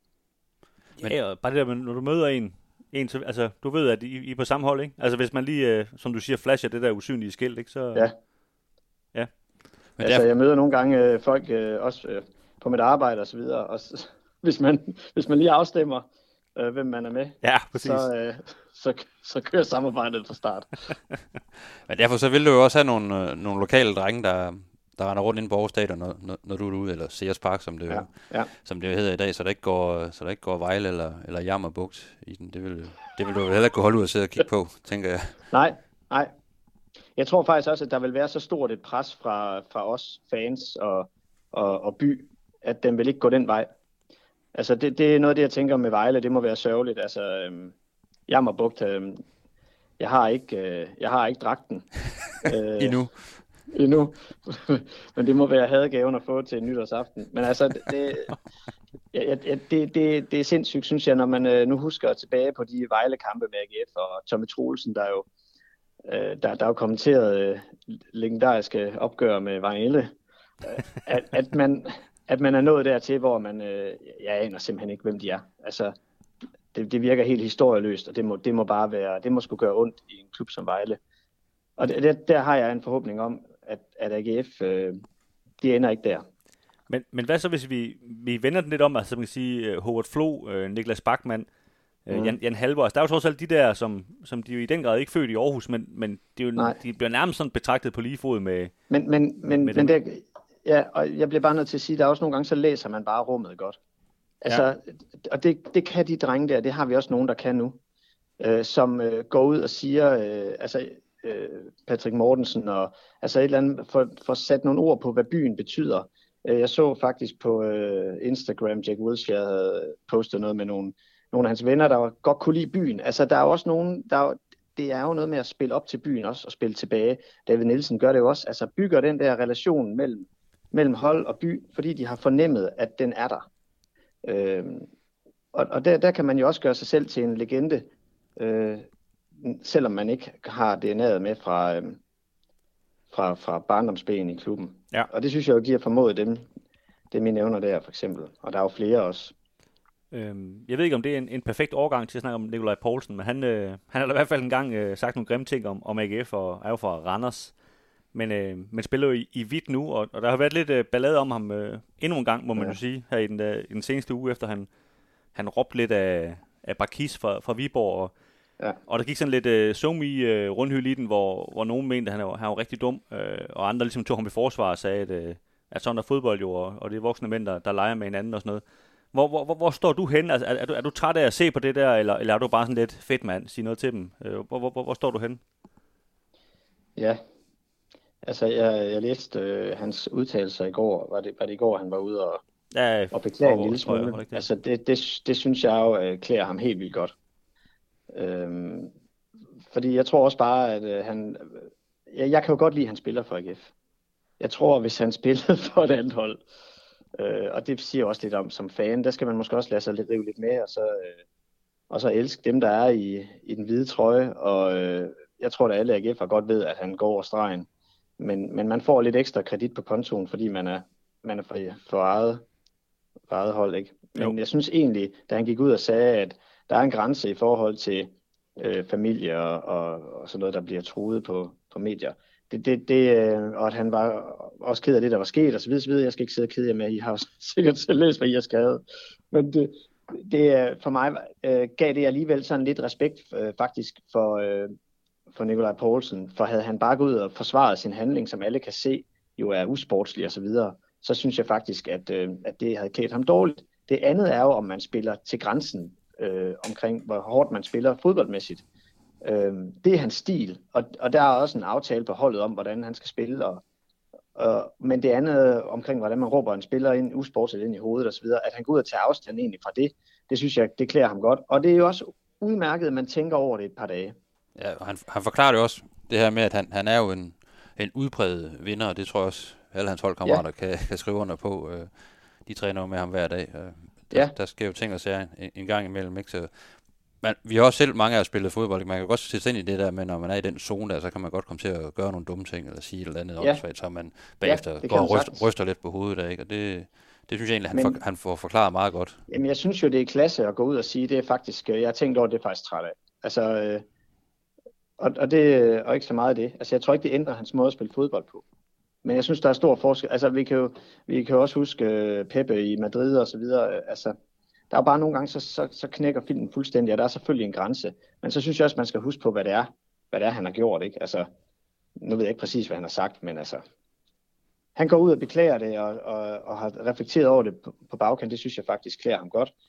Ja, og bare det der, når du møder en, en altså du ved, at I, I er på samme hold, ikke? Altså hvis man lige, øh, som du siger, flasher det der usynlige skilt, ikke? Så, ja. Ja. Men altså, jeg møder nogle gange øh, folk, øh, også øh, på mit arbejde og så videre, og så, hvis, man, hvis man lige afstemmer, øh, hvem man er med, ja, præcis. Så, øh, så, så kører samarbejdet fra start. Men derfor så vil du jo også have nogle, øh, nogle lokale drenge, der, der render rundt inde på Aarhus Stadion, når, når, når du er ude, eller Sears Park, som det, ja, ja. som det hedder i dag, så der ikke går, så der ikke går Vejle eller, eller Jammerbugt i den. Det vil, det vil du heller ikke kunne holde ud og sidde og kigge på, tænker jeg. Nej, nej. Jeg tror faktisk også, at der vil være så stort et pres fra, fra os fans og, og, og by, at den vil ikke gå den vej. Altså det, det er noget af det, jeg tænker med Vejle, det må være sørgeligt. Altså øhm, Jammerbugt, øhm, jeg har ikke, øh, jeg har ikke dragten. øh, Endnu. Endnu. Men det må være hadegaven at få til nytårsaften. Men altså, det, ja, ja, det, det, det er sindssygt, synes jeg, når man øh, nu husker tilbage på de Vejle-kampe med A G F og Tommy Troelsen, der jo øh, der, der er jo kommenteret øh, legendariske opgør med Vejle, øh, at, at, man, at man er nået dertil, hvor man, øh, jeg aner simpelthen ikke, hvem de er. Altså, det, det virker helt historieløst, og det må, det må bare være, det må sgu gøre ondt i en klub som Vejle. Og der, der har jeg en forhåbning om, at, at A G F, øh, de ender ikke der. Men, men hvad så, hvis vi, vi vender den lidt om, altså man kan sige, Howard Flo, øh, Niklas Bachmann, øh, mm. Jan, Jan Halvor, altså, der er jo trods alt de der, som, som de jo i den grad ikke født i Aarhus, men, men de, jo, de bliver nærmest sådan betragtet på lige fod med Men, men, men, med men det, ja, og jeg bliver bare nødt til at sige, der er også nogle gange, så læser man bare rummet godt. Altså, ja. Og det, det kan de drenge der, det har vi også nogen, der kan nu, øh, som øh, går ud og siger, øh, altså, Patrick Mortensen og altså et eller andet for, for sat nogle ord på, hvad byen betyder. Jeg så faktisk på uh, Instagram, Jack Wilshere havde postet noget med nogle, nogle af hans venner, der godt kunne lide byen. Altså der er også nogen, der det er jo noget med at spille op til byen også og spille tilbage. David Nielsen gør det jo også, altså bygger den der relation mellem, mellem hold og by, fordi de har fornemmet, at den er der. Øhm, og og der, der kan man jo også gøre sig selv til en legende, øh, selvom man ikke har D N A'et med fra, øhm, fra, fra barndomsben i klubben. Ja. Og det synes jeg jo, de har formået dem, det mine nævner der for eksempel. Og der er jo flere også. Øhm, jeg ved ikke, om det er en, en perfekt overgang til at snakke om Nikolaj Poulsen, men han, øh, han har i hvert fald en gang øh, sagt nogle grimme ting om, om A G F, og er jo fra Randers. Men, øh, men spiller jo i, i hvidt nu, og, og der har været lidt øh, ballade om ham øh, endnu en gang, må man ja. jo sige, her i den, øh, i den seneste uge, efter han, han råbte lidt af, af Barkis fra, fra Viborg, og, ja. og der gik sådan lidt øh, somi-rundhyld øh, i den, hvor, hvor nogen mente, at han var, han var rigtig dum, øh, og andre ligesom tog ham i forsvar og sagde, at, øh, at sådan er fodbold jo, og, og det er voksne mænd, der, der leger med hinanden og sådan noget. Hvor, hvor, hvor, hvor står du hen? Altså, er, er, du, er du træt af at se på det der, eller, eller er du bare sådan lidt fedt mand, sige noget til dem? Øh, hvor, hvor, hvor, hvor står du hen? Ja, altså jeg, jeg læste øh, hans udtalelser i går. Var det, var det i går, han var ude og, ja, og beklage en lille smule? Det altså det, det, det synes jeg jo øh, klæder ham helt vildt godt. Øhm, fordi jeg tror også bare, at øh, han... Jeg, jeg kan jo godt lide, at han spiller for A G F. Jeg tror, hvis han spillede for et andet hold, øh, og det siger også lidt om som fan, der skal man måske også lade sig lidt rive lidt med, og så, øh, og så elske dem, der er i, i den hvide trøje, og øh, jeg tror, at alle A G F'er godt ved, at han går over stregen, men, men man får lidt ekstra kredit på kontoen, fordi man er, man er for, for, eget, for eget hold, ikke? Men jo. Jeg synes egentlig, da han gik ud og sagde, at der er en grænse i forhold til øh, familie og, og, og sådan noget, der bliver truet på, på medier. Det, det, det, øh, og at han var også ked af det, der var sket, og så videre, så videre. Jeg skal ikke sidde og kede jer med, I har jo sikkert selv læst, hvad I har skrevet. Men det, det for mig øh, gav det alligevel sådan lidt respekt øh, faktisk for, øh, for Nikolaj Poulsen, for havde han bare gået ud og forsvaret sin handling, som alle kan se, jo er usportslig og så videre, så synes jeg faktisk, at, øh, at det havde klædt ham dårligt. Det andet er jo, om man spiller til grænsen øh, omkring, hvor hårdt man spiller fodboldmæssigt. Øh, det er hans stil, og, og der er også en aftale på holdet om, hvordan han skal spille, og, og, men det andet omkring, hvordan man råber en spiller ind, usportsligt ind i hovedet og så videre, at han går ud og tager afstand egentlig fra det, det synes jeg, det klæder ham godt. Og det er jo også udmærket, at man tænker over det et par dage. Ja, og han, han forklarer det også, det her med, at han, han er jo en, en udpræget vinder, og det tror jeg også, alle hans holdkammerater ja. kan, kan skrive under på. De træner jo med ham hver dag. Der, ja. der sker jo ting og sager en, en gang imellem, ikke? Så man, vi har også selv mange af spillet fodbold. Man kan godt sætte sig ind i det der med, når man er i den zone der, så kan man godt komme til at gøre nogle dumme ting, eller sige et eller andet ja. åndssvagt, så man bagefter ja, går og ryster, ryster lidt på hovedet der, ikke? Og det, det synes jeg egentlig, han, Men, for, han får forklaret meget godt. Jamen, jeg synes jo, det er klasse at gå ud og sige, det er faktisk, jeg har tænkt over, det er faktisk træt af. Altså, øh, og, og, det, og ikke så meget af det. Altså, jeg tror ikke, det ændrer hans måde at spille fodbold på. Men jeg synes, der er stor forskel. Altså, vi kan jo, vi kan jo også huske Pepe i Madrid og så videre. Altså, der er bare nogle gange, så, så, så knækker filmen fuldstændig, og der er selvfølgelig en grænse. Men så synes jeg også, man skal huske på, hvad det er, hvad det er han har gjort, ikke? Altså, nu ved jeg ikke præcis, hvad han har sagt, men altså, han går ud og beklager det, og, og, og har reflekteret over det på, på bagkant. Det synes jeg faktisk klæder ham godt.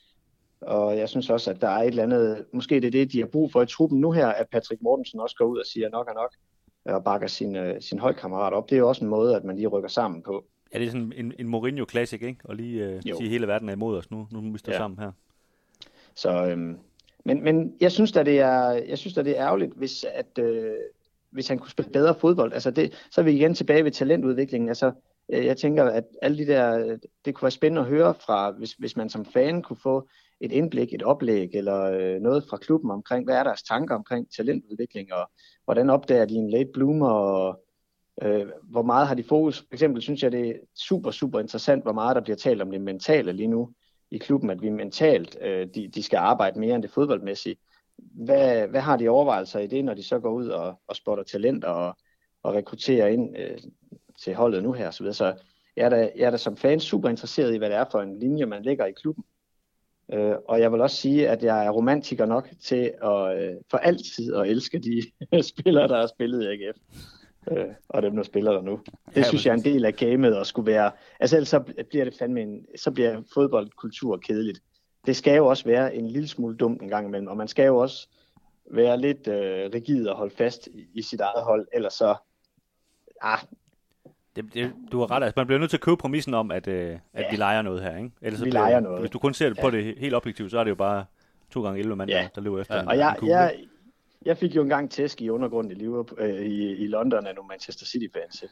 Og jeg synes også, at der er et eller andet, måske det er det, de har brug for i truppen nu her, at Patrick Mortensen også går ud og siger nok er nok, og bakker sin, sin holdkammerat op. Det er jo også en måde, at man lige rykker sammen på. Ja, det er sådan en, en Mourinho-klassik, ikke? Og lige øh, sige, hele verden er imod os nu. Nu må vi stå ja. sammen her. Så, øhm, men, men jeg synes da, det er, jeg synes da, det er ærgerligt, hvis, at, øh, hvis han kunne spille bedre fodbold. Altså det, så er vi igen tilbage ved talentudviklingen. Altså, øh, jeg tænker, at alle de der, det kunne være spændende at høre fra, hvis, hvis man som fan kunne få et indblik, et oplæg eller øh, noget fra klubben omkring, hvad er deres tanker omkring talentudvikling, og hvordan opdager de en late bloomer, og øh, hvor meget har de fokus. For eksempel synes jeg, det er super, super interessant, hvor meget der bliver talt om det mentale lige nu i klubben, at vi mentalt, øh, de, de skal arbejde mere end det fodboldmæssige. Hvad, hvad har de overvejelser i det, når de så går ud og, og spotter talenter og, og rekrutterer ind øh, til holdet nu her? Så, videre. Så jeg er, da, jeg er da som fan super interesseret i, hvad det er for en linje, man lægger i klubben. Øh, og jeg vil også sige, at jeg er romantiker nok til at øh, for altid at elske de spillere, der har spillet i A G F. Øh, og dem, der spiller der nu. Det ja, synes jeg er en del af gamet at skulle være. Altså ellers så bliver det fandme en, så bliver fodboldkultur kedeligt. Det skal jo også være en lille smule dumt en gang imellem, og man skal jo også være lidt øh, rigid og holde fast i, i sit eget hold, ellers så ah, Det, det, du har ret, altså man bliver nødt til at købe præmissen om, at, øh, at ja. vi leger noget her, ikke? Ellers vi så bliver, leger noget. Hvis du kun ser det på ja. det helt objektivt, så er det jo bare to gange elleve mand, ja. der løber efter ja. en, og jeg, en kugle. Jeg, jeg fik jo engang tæsk i undergrunden i, Liverpool, øh, i, i London af nogle Manchester City-fans.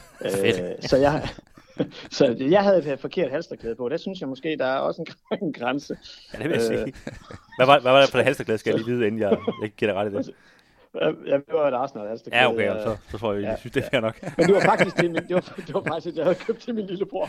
øh, så, jeg, så jeg havde et forkert halsterklæde på. Det synes jeg måske, der er også en, en grænse. Ja, det vil jeg sige. Hvad var, hvad var det for det halsterklæde, skal jeg lige vide, inden jeg, jeg giver dig ret i det? Jeg var et Arsenal halsterklæde. Ja, okay, så, så tror jeg, jeg ja, synes, det er fair nok. Men det var faktisk det, det var, det var faktisk, jeg havde købt til min lillebror.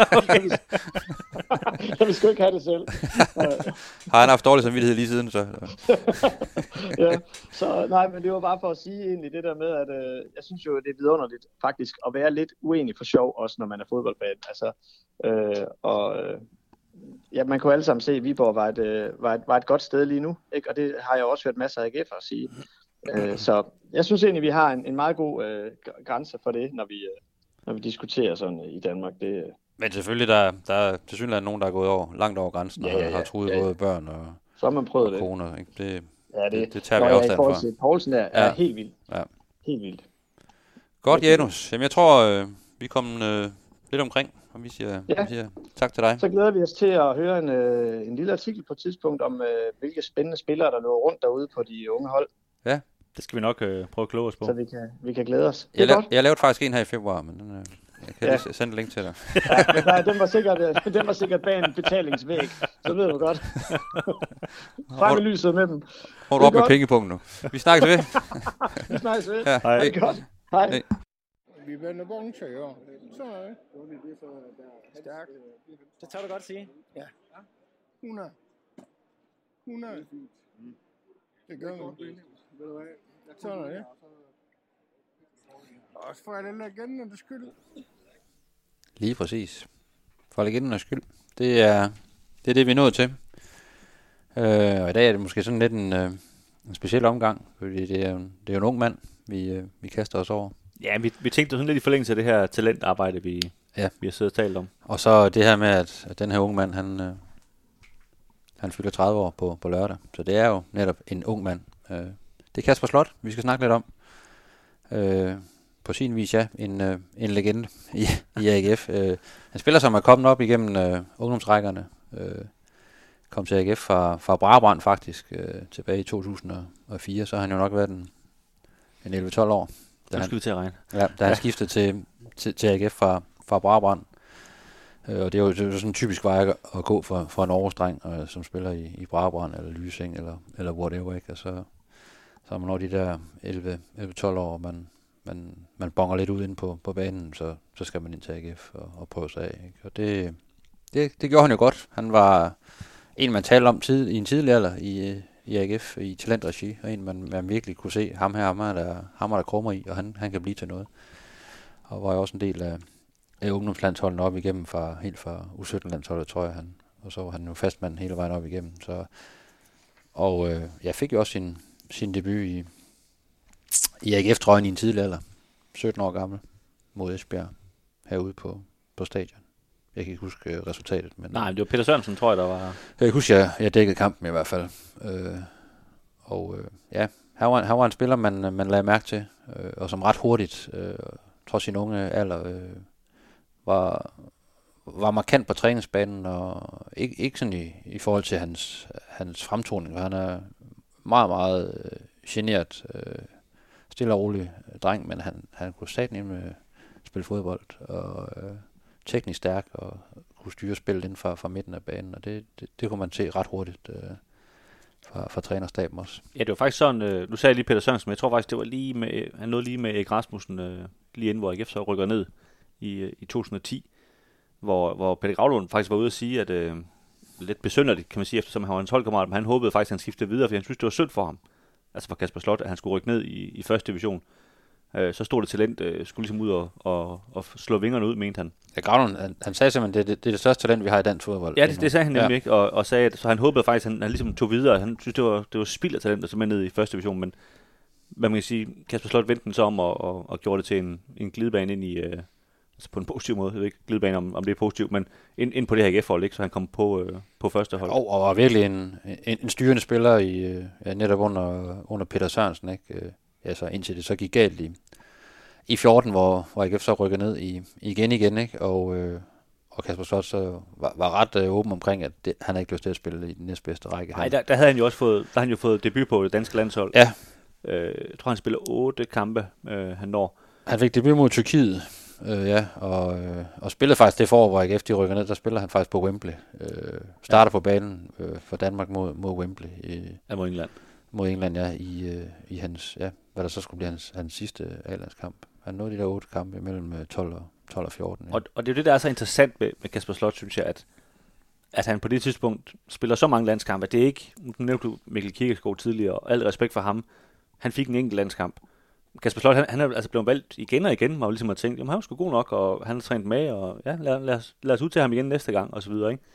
Jeg vil sgu ikke have det selv. Har han haft dårlig samvittighed lige siden, så? Ja, så nej, men det var bare for at sige egentlig det der med, at øh, jeg synes jo, det er vidunderligt faktisk at være lidt uenig for sjov, også når man er fodboldfan. Altså, øh, og øh, ja, man kunne alle sammen se, at Viborg var et, øh, var et, var et godt sted lige nu, ikke? Og det har jeg også hørt masser af A G F'ere sige. Øh, så jeg synes egentlig, vi har en, en meget god øh, grænse for det, når vi, øh, når vi diskuterer sådan i Danmark. Det, øh. Men selvfølgelig, der, der er tilsyneladende nogen, der er gået over, langt over grænsen, ja, ja, ja, og har truet ja, ja. både børn og, så har man prøvet og koner. Ikke? Det, ja, det, det, det tager vi afstand for. Poulsen er, er ja. helt vildt. Ja. Helt vildt. Godt, Janus. Jamen, jeg tror, øh, vi er kommet øh, lidt omkring, og vi siger, ja. vi siger tak til dig. Så glæder vi os til at høre en, øh, en lille artikel på et tidspunkt om, øh, hvilke spændende spillere, der løber rundt derude på de unge hold. Ja. Det skal vi nok øh, prøve at kloge os på. Så vi kan, vi kan glæde os. Jeg, la- jeg lavede faktisk en her i februar, men den, øh, Jeg kan ja. lige sende link til dig. Ja, men nej, den var sikkert, den var sikkert bag en betalingsvæg. Så ved du godt. Frem i lyset med dem. Hvor du op med pengepunkt nu. Vi snakkes ved. Vi snakkes ved. Ja. Hej. Det er godt. Hej. Hej. Vi vender vogn til år. Så er det. Stærkt. Så tør du godt sige. Ja. hundrede. hundrede. Det gør vi. Sådan er det. Også for alle legendernes skyld. Lige præcis. For legendernes skyld. Det er, det er det, vi er nået til. Øh, og i dag er det måske sådan lidt en, øh, en speciel omgang, fordi det er, det er jo en ung mand, vi, øh, vi kaster os over. Ja, vi, vi tænkte sådan lidt i forlængelse af det her talentarbejde, vi, ja. vi har siddet og talt om. Og så det her med, at, at den her unge mand, han, øh, han fylder tredive år på, på lørdag. Så det er jo netop en ung mand. Øh, det er Kasper Slot, vi skal snakke lidt om. Øh, på sin vis, ja, en, øh, en legende i, i A G F. Øh, han spiller, som er kommet op igennem øh, ungdomsrækkerne. Øh, kom til A G F fra, fra Brabrand faktisk, øh, tilbage i to tusind og fire. Så har han jo nok været en, en elleve tolv år. Da nu skal vi til at regne. Ja, da ja. han skiftede til, til, til A G F fra, fra Brabrand. Øh, og det er jo, det er jo sådan en typisk vej at, at gå for, for en Aarhus-dreng, øh, som spiller i, i Brabrand eller Lysing eller, eller whatever, ikke? Og så, så er man over de der elleve tolv år, og man, man, man bonger lidt ud ind på, på banen, så, så skal man ind til A G F og, og prøve sig af. Ikke? Og det, det, det gjorde han jo godt. Han var en, man talte om tid, i en tidlig alder i, i A G F, i talentregi, og en, man, man virkelig kunne se, ham her, ham er der, ham er der krummer i, og han, han kan blive til noget. Og var jo også en del af, af ungdomslandsholdene op igennem, fra, helt fra U sytten-landsholdet, tror jeg, han, og så var han jo fastmand hele vejen op igennem. Så, og øh, jeg fik jo også sin, sin debut i, i A G F-trøjen i en tidlig alder, sytten år gammel, mod Esbjerg, herude på, på stadion. Jeg kan ikke huske resultatet. Men nej, det var Peter Sørensen, tror jeg, der var... Jeg kan huske, jeg, jeg dækkede kampen i hvert fald. Øh, og øh, ja, han var, han var en spiller, man, man lagde mærke til, øh, og som ret hurtigt, øh, trods sin unge alder, øh, var, var markant på træningsbanen, og ikke, ikke sådan i, i forhold til hans, hans fremtoning. Han er meget, meget øh, genert, øh, stille og rolig dreng, men han, han kunne satme med spille fodbold, og øh, teknisk stærk, og kunne styre spillet inden fra, fra midten af banen, og det, det, det kunne man se ret hurtigt øh, fra, fra trænerstaben også. Ja, det var faktisk sådan, øh, nu sagde jeg lige Peter Sørensen, men jeg tror faktisk, det var lige med, han nåede lige med Erik Rasmussen, øh, lige inden hvor A G F så rykker ned i, øh, i to tusind og ti, hvor, hvor Peter Gravlund faktisk var ude at sige, at øh, lidt besynderligt, kan man sige, eftersom han var hans holdkammerat, men han håbede faktisk, at han skiftede videre, fordi han synes, det var synd for ham, altså for Kasper Slot, at han skulle rykke ned i, i første division. Øh, så stod det talent, øh, skulle ligesom ud og, og, og slå vingerne ud, mente han. Ja, Gravlund, han, han sagde simpelthen, det, det, det er det største talent, vi har i dansk fodbold. Ja, det, det sagde han nemlig ja. ikke, og, og sagde, at, så han håbede faktisk, at han, han ligesom tog videre. Han synes, det var, det var spild af talent, at simpelthen ned i første division, men hvad man kan sige, Kasper Slot vendte den så om og, og, og gjorde det til en, en glidebane ind i, øh, altså på en positiv måde, jeg ved ikke glidebane, om, om det er positivt, men ind, ind på det her A G F-hold, ikke? Så han kom på, øh, på første hold. Og, og var virkelig en, en, en styrende spiller i, ja, netop under, under Peter Sørensen, ikke? Altså indtil det så gik galt i I fjorten, hvor, hvor A G F så rykker ned i, igen igen, ikke? Og, øh, og Kasper Slot så var, var ret øh, åben omkring, at det, han havde ikke lyst til at spille i den næstbedste række. Nej, der, der havde han jo også fået, der havde han jo fået debut på det danske landshold. Ja. Øh, jeg tror, han spiller otte kampe, øh, han når. Han fik debut mod Tyrkiet, øh, ja, og, øh, og spillede faktisk det forår, hvor A G F de rykker ned, der spiller han faktisk på Wembley. Øh, starter ja. på banen øh, for Danmark mod, mod Wembley. I, ja, mod England. Mod England, ja, i, øh, i hans, ja, hvad der så skulle blive hans, hans sidste A-landskamp. Han nåede de der otte kampe mellem tolv og fjorten. Ja. Og, og det er jo det, der er så interessant med, med Kasper Slot, synes jeg, at, at han på det tidspunkt spiller så mange landskampe, at det er ikke, nu nævnte du Mikkel Kirkegaard tidligere, og al respekt for ham, han fik en enkelt landskamp. Kasper Slot, han, han er altså blevet valgt igen og igen, og ligesom har tænkt, jamen han er sgu god nok, og han har trænet med, og ja, lad, lad, os, lad os ud til ham igen næste gang, og så videre, ikke?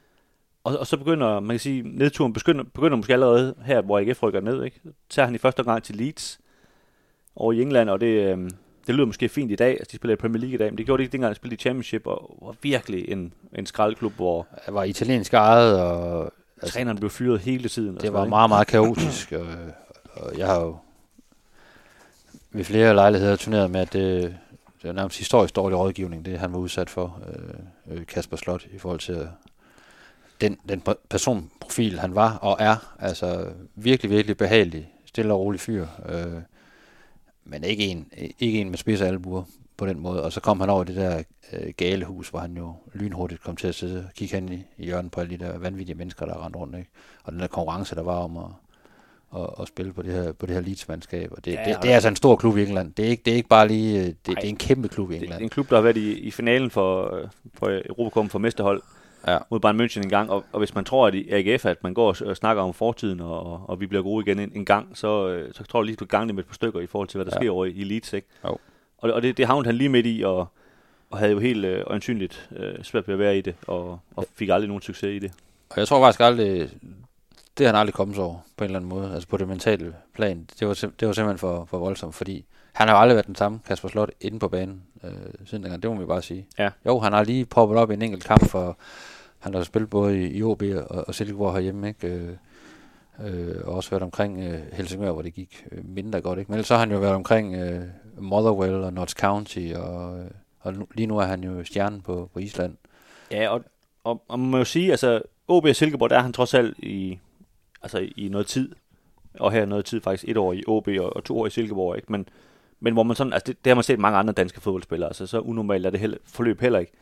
Og, og så begynder, man kan sige, nedturen begynder, begynder måske allerede her, hvor A G F rykker ned, ikke? Så tager han i første omgang til Leeds over i England, og det, øh, det lyder måske fint i dag, altså de spiller i Premier League i dag, men det gjorde de ikke dengang, de spillede i Championship, og var virkelig en, en skraldklub, hvor... Det var italiensk ejet, og... Altså, træneren blev fyret hele tiden. Det var meget, meget kaotisk, og, og jeg har jo ved flere lejligheder turneret med, at det, det er nærmest historisk dårlig rådgivning, det han var udsat for, øh, Kasper Slot, i forhold til den, den personprofil, han var og er. Altså virkelig, virkelig behagelig, stille og rolig fyr. Øh, men ikke en, ikke en med spids og albuer på den måde. Og så kom han over i det der øh, galehus, hvor han jo lynhurtigt kom til at sidde og kigge hen i, i hjørnet på alle de der vanvittige mennesker, der rendte rundt, ikke? Og den der konkurrence, der var om at, at, at spille på det her, på det her Leeds-mandskab. Og det, ja, det, det er altså en stor klub i England. Det er ikke, det er ikke bare lige... Det, det er en kæmpe klub i England. Det er en klub, der har været i, i finalen for, for Europacupen for mesterhold. Ja. Mod Bayern München en gang, og, og hvis man tror, at i A G F, at man går og, og snakker om fortiden, og, og vi bliver gode igen en, en gang, så, så tror jeg lige, du gang med et par stykker i forhold til, hvad der ja. sker over i, i Leeds, ikke? Jo. Og, og det, det havnede han lige midt i, og, og havde jo helt øh, øjensynligt øh, svært ved at være i det, og, og fik aldrig nogen succes i det. Og jeg tror faktisk aldrig, det har han aldrig kommet over på en eller anden måde, altså på det mentale plan. Det var, det var simpelthen for, for voldsomt, fordi han har jo aldrig været den samme Kasper Slot inde på banen øh, siden dengang, det må vi bare sige. Ja. Jo, han har lige proppet op i en enkelt kamp for... Han har spillet både i, i O B og, og Silkeborg herhjemme, ikke? Øh, øh, og også været omkring øh, Helsingør, hvor det gik øh, mindre godt, ikke? Men ellers så har han jo været omkring øh, Motherwell og Notts County, og, øh, og nu, lige nu er han jo stjernen på, på Island. Ja, og, og, og man må jo sige, altså O B og Silkeborg, der er han trods alt i, altså, i noget tid, og her noget tid faktisk et år i O B og, og to år i Silkeborg, ikke? Men, men hvor man sådan, altså det, det har man set mange andre danske fodboldspillere, altså så unormalt er det heller, forløb heller ikke.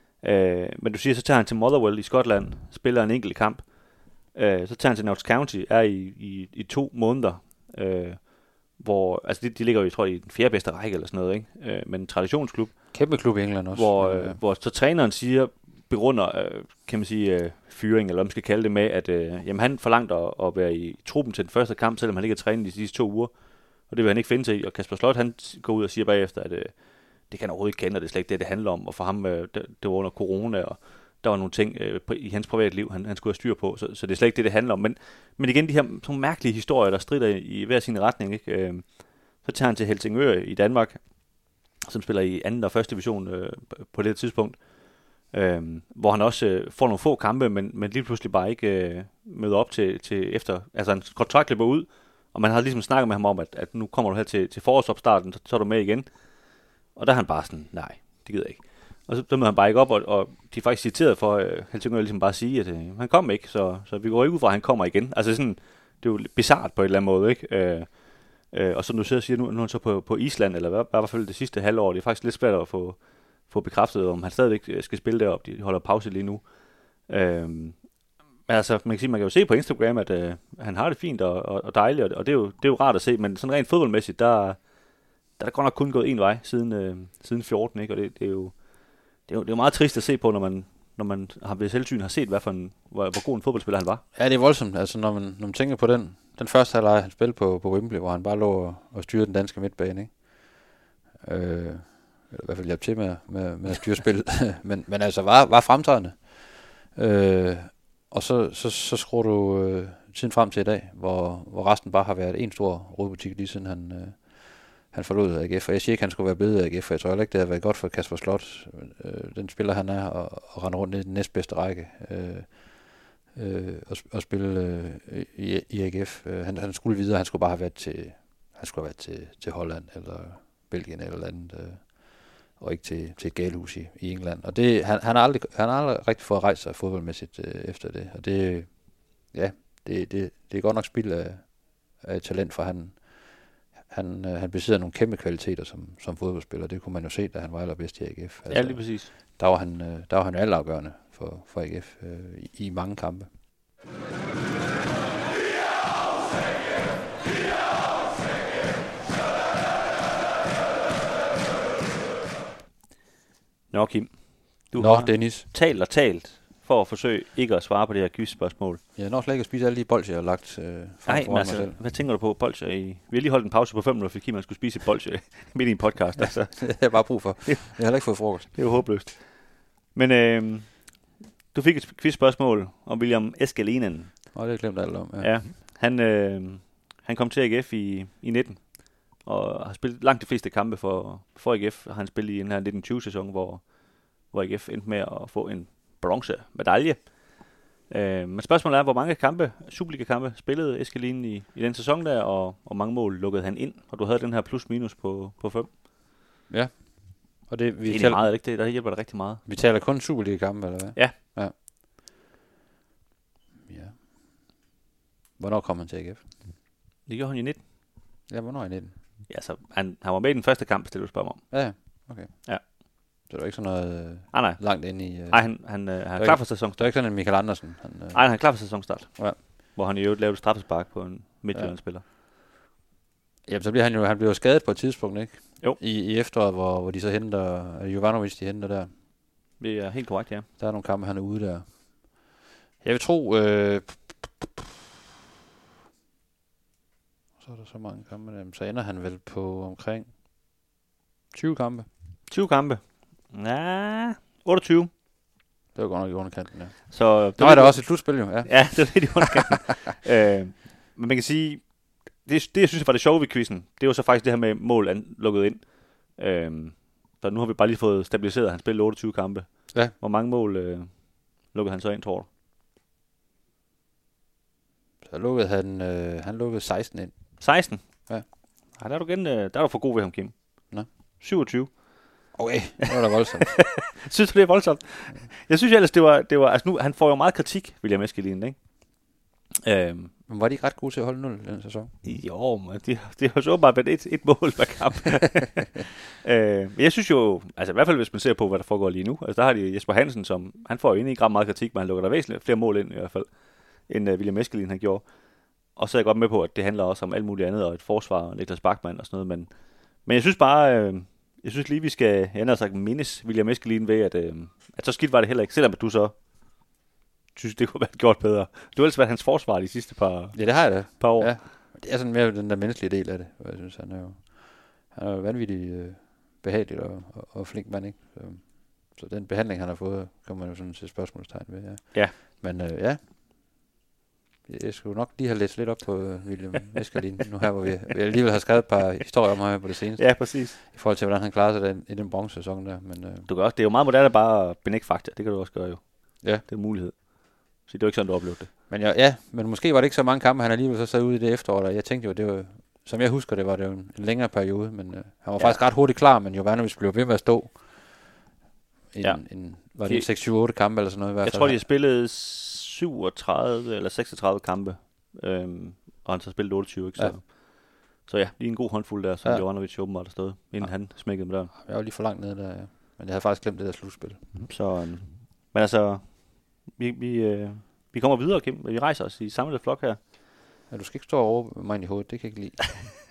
Øh, men du siger, så tager han til Motherwell i Skotland, spiller en enkelt kamp. Øh, så tager han til Notts County, er i, i, i to måneder, øh, hvor, altså de, de ligger jo, jeg tror, i den fjerde bedste række eller sådan noget, ikke? Øh, men en traditionsklub. Kæmpe klub i England også. Hvor, øh, hvor så træneren siger, begrunder, øh, kan man sige, øh, fyring, eller hvad man skal kalde det med, at øh, jamen, han forlangte at, at være i truppen til den første kamp, selvom han ikke har trænet de sidste to uger. Og det vil han ikke finde sig i. Og Kasper Slot, han går ud og siger bagefter, at øh, det kan han overhovedet ikke kende, og det er slet ikke det, det handler om. Og for ham, øh, det, det var under corona, og der var nogle ting øh, i hans private liv, han, han skulle have styr på. Så, så det er slet ikke det, det handler om. Men, men igen, de her sådan mærkelige historier, der strider i, i hver sin retning, ikke? Øh, så tager han til Helsingør i Danmark, som spiller i anden og første division øh, på det tidspunkt. Øh, hvor han også øh, får nogle få kampe, men, men lige pludselig bare ikke øh, møder op til, til efter... Altså, hans kontrakt løber ud, og man har ligesom snakket med ham om, at, at nu kommer du her til, til forårsopstarten, så, så er du med igen. Og der er han bare sådan, nej, det gider jeg ikke. Og så, så møder han bare ikke op, og, og de er faktisk citeret for øh, Helsingør ligesom bare at sige, at øh, han kommer ikke, så, så vi går ikke ud fra, at han kommer igen. Altså sådan, det er jo bizarrt på et eller andet måde, ikke? Øh, øh, og som du siger, nu, nu er han så på, på Island, eller hvad, i hvert fald det sidste halvår, det er faktisk lidt svært at få, få bekræftet, om han stadigvæk skal spille deroppe. De holder pause lige nu. Øh, men altså, man kan sige, man kan jo se på Instagram, at øh, han har det fint og, og, og dejligt, og, og det, er jo, det er jo rart at se, men sådan rent fodboldmæssigt, der, der er der godt nok kun gået en vej siden, øh, siden fjorten, ikke? Og det, det, er jo, det, er jo, det er jo meget trist at se på, når man, når man har ved selvsyn har set, hvad for en, hvor, hvor god en fodboldspiller han var. Ja, det er voldsomt, altså når man, når man tænker på den, den første halvleg, han spillede på, på Wembley, hvor han bare lå og, og styrede den danske midtbane, ikke? Øh, eller i hvert fald hjalp til med, med, med at styre spillet, men, men altså var, var fremtrædende. Øh, og så, så, så skruer du øh, tiden frem til i dag, hvor, hvor resten bare har været en stor rådbutik, lige siden han, øh, han forlod A G F. Og jeg siger ikke, at han skulle være blevet A G F, for jeg tror heller ikke, det har været godt for Kasper Slot, øh, den spiller han er, og, og rende rundt i den næstbedste række, øh, øh, og, og spille øh, i, i A G F. Øh, han, han skulle videre, han skulle bare have været til, han skulle have været til, til Holland, eller Belgien, eller andet, øh, og ikke til, til et galehus i, i England. Og det, han, han, har aldrig, han har aldrig rigtig fået rejst sig fodboldmæssigt øh, efter det. Og det, ja, det, det, det er godt nok spild af, af talent, for han, han, øh, han besidder nogle kæmpe kvaliteter som, som fodboldspiller. Det kunne man jo se, da han var allerbedst i A G F. Altså, ja, lige præcis. Der var han, øh, der var han jo altafgørende for, for A G F øh, i, i mange kampe. Nå, Kim. Du Nå, har Dennis. talt og talt for at forsøge ikke at svare på det her quiz-spørgsmål. Jeg når slet ikke at spise alle de bolcher, jeg har lagt øh, Nej, men altså, hvad tænker du på bolcher i? Vi har lige holdt en pause på fem minutter, fordi Kim skulle spise et bolcher midt i en podcast. Altså. Det har jeg bare brug for. Jeg har heller ikke fået frokost. Det er jo håbløst. Men øh, du fik et quiz-spørgsmål om William Eskelinen. Nå, det har jeg glemt alt om. Ja, ja han, øh, han kom til A G F i, i nitten. Og har spillet langt de fleste kampe for, for A G F. Har han spillet i den her nitten tyve-sæson, hvor, hvor A G F endte med at få en bronzemedalje. Øh, men spørgsmålet er, hvor mange kampe, Superliga-kampe, spillede Eskelinen i, i den sæson der, og hvor mange mål lukkede han ind? Og du havde den her plus-minus på, på fem. Ja. Og det, vi det er taler, meget, ikke? Det, der hjælper det rigtig meget. Vi taler kun Superliga-kampe, eller hvad? Ja. Ja. Ja. Hvornår kom han til A G F? Det gjorde han i nitten. Ja, hvornår i nitten? Ja, så han, han var med i den første kamp, det du spørger mig om. Ja, Okay. Ja. Så der er ikke sådan noget øh, ah, nej. langt inde i... Øh, nej, han, han, øh, han er er klar ikke, for sæsonstart. Der er ikke sådan en Michael Andersen. Han, øh, nej, han er klar for sæsonstart. Ja. Hvor han i øvrigt lavede straffespark på en Midtjylland-spiller. Ja. Jamen, så bliver han jo, han bliver jo skadet på et tidspunkt, ikke? Jo. I, I efteråret, hvor, hvor de så henter... Uh, Jovanovic, de henter der. Det er helt korrekt, ja. Der er nogle kampe, han er ude der. Jeg vil tro... Øh, så er der så mange kampe der. Så ender han vel på omkring tyve kampe. tyve kampe. Ja, otteogtyve. Det var godt nok i underkanten, ja. Så det Nå, er der også et slutspil jo, ja. Ja, det var lidt i underkanten. øh, men man kan sige, det, det jeg synes var det sjove ved quizzen, det var så faktisk det her med mål an, lukket ind. Øh, så nu har vi bare lige fået stabiliseret, at han spillede otteogtyve kampe. Ja. Hvor mange mål øh, lukkede han så ind, tror du? Så lukkede han, øh, han lukkede seksten ind. seksten? Ja. Ej, der er du igen, øh, der er du for god ved ham, Kim. Nå. syvogtyve. Okay, det var da voldsomt. Synes du, det er voldsomt? Jeg synes ellers, det var, det var, altså nu, han får jo meget kritik, William Eskelinen, ikke? Øhm, Men var de ikke ret gode til at holde nul i den sæson? Jo, men det, det har jo så bare været et, et mål per kamp. øh, men jeg synes jo, altså i hvert fald hvis man ser på, hvad der foregår lige nu, altså der har de Jesper Hansen, som, han får jo egentlig ikke ret meget kritik, men han lukker der væsentligt flere mål ind i hvert fald, end uh, William Eskelinen han gjorde. Og så er jeg godt med på, at det handler også om alt muligt andet, og et forsvar, og Niklas Bachmann og sådan noget, men, men jeg synes bare, øh, jeg synes lige, vi skal, jeg har sagt, mindes William Eskelinen ved, at, øh, at så skidt var det heller ikke, selvom at du så synes, det kunne være gjort bedre. Du har ellers været hans forsvar de sidste par, ja, det har jeg da. par år. Ja. Det er sådan mere den der menneskelige del af det, og jeg synes, han er jo, han er jo vanvittigt øh, behagelig og, og, og flink mand, ikke? Så, så den behandling, han har fået, kan man jo sådan se spørgsmålstegn ved, ja. Ja. Men øh, ja, jeg skulle nok lige have læst lidt op på øh, William Eskelinen, nu her, hvor vi, vi alligevel har skrevet et par historier om ham på det seneste. Ja, præcis. I forhold til, hvordan han klarer sig den, i den bronzesæson der. Men, øh, Du kan også, det er jo meget moderne bare at benægte fakta, det kan du også gøre jo. Ja. Det er en mulighed. Så det er jo ikke sådan, du oplevede det. Men ja, ja, men måske var det ikke så mange kampe, han alligevel så sad ude i det efterår, og jeg tænkte jo, det var, som jeg husker det, var det jo en, en længere periode, men øh, han var ja. faktisk ret hurtigt klar, men Jovanovic blev ved med at stå. En, ja. en, var det seks syv otte kampe eller sådan noget i hvert fald? Jeg tror, de har spillet syvogtredive eller seksogtredive kampe, øhm, og han så spillet otteogtyve, ikke? Så, ja. så ja, lige en god håndfuld der, som ja. Jovanovic åbenbart har stået, inden ja. han smækkede med døren. Jeg var lige for langt nede der, ja. Men jeg havde faktisk glemt det der slutspil. Så, øhm, men altså, vi, vi, øh, vi kommer videre, Kim. Vi rejser os i samlet flok her. Ja, du skal ikke stå og råbe mig ind i hovedet, det kan jeg ikke lide.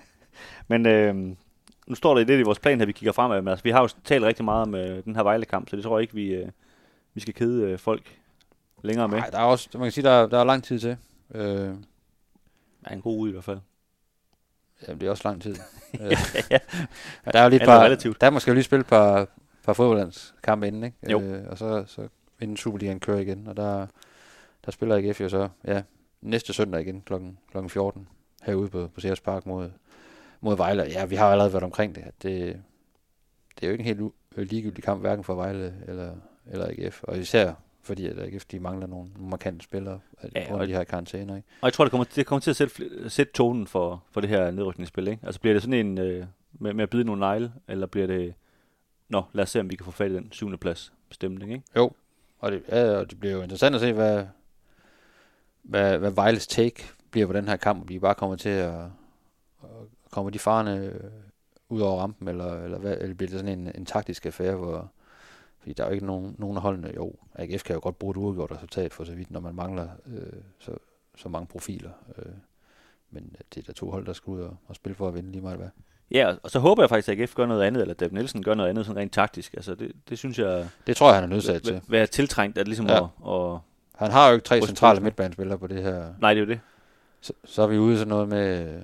Men øh, nu står der i det i vores plan her, vi kigger fremad. Men altså, vi har jo talt rigtig meget om øh, den her Vejle-kamp, så det tror jeg ikke, vi, øh, vi skal kede øh, folk længere med. Nej, der er også, man kan sige, der er, der er lang tid til. Øh, ja, en god uge i hvert fald. Jamen, det er også lang tid. ja, ja. Der er jo lige et par, der måske jo lige spille et par, par fodboldlandskampe inden, ikke? Jo. Øh, og så, så inden Superligaen kører igen, og der, der spiller A G F jo så, ja, næste søndag igen klokken fjorten herude på, på Sears Park mod, mod Vejle. Ja, vi har jo allerede været omkring det. Det, det er jo ikke en helt u- ligegyldig kamp, hverken for Vejle eller, eller A G F, og især fordi at A G F, de mangler nogle, nogle markante spillere, ja, og de her karantæner, ikke? Og jeg tror, det kommer, det kommer til at sætte, sætte tonen for, for det her nedrykningsspil, ikke? Altså bliver det sådan en øh, med, med at bide nogle negle, eller bliver det, nå, lad os se, om vi kan få fat i den syvende plads stemning, ikke? Jo, og det, ja, og det bliver jo interessant at se, hvad, hvad, hvad Vejles take bliver på den her kamp, om de bare kommer til at, at komme de farne ud over rampen, eller, eller, hvad, eller bliver det sådan en, en taktisk affære, hvor, fordi der er jo ikke nogen, nogen af holdene, jo, A G F kan jo godt bruge et uafgjort resultat for så vidt, når man mangler øh, så, så mange profiler, øh, men det er der to hold, der skal ud og, og spille for at vinde lige meget hvad. Ja, og så håber jeg faktisk, at A G F gør noget andet, eller David Nielsen gør noget andet, sådan rent taktisk. Altså, det, det synes jeg... Det tror jeg, han er nødsat til. Være tiltrængt, at ligesom ja. at, at... Han har jo ikke tre centrale midtbanespillere på det her. Nej, det er jo det. Så, så er vi ude i sådan noget med...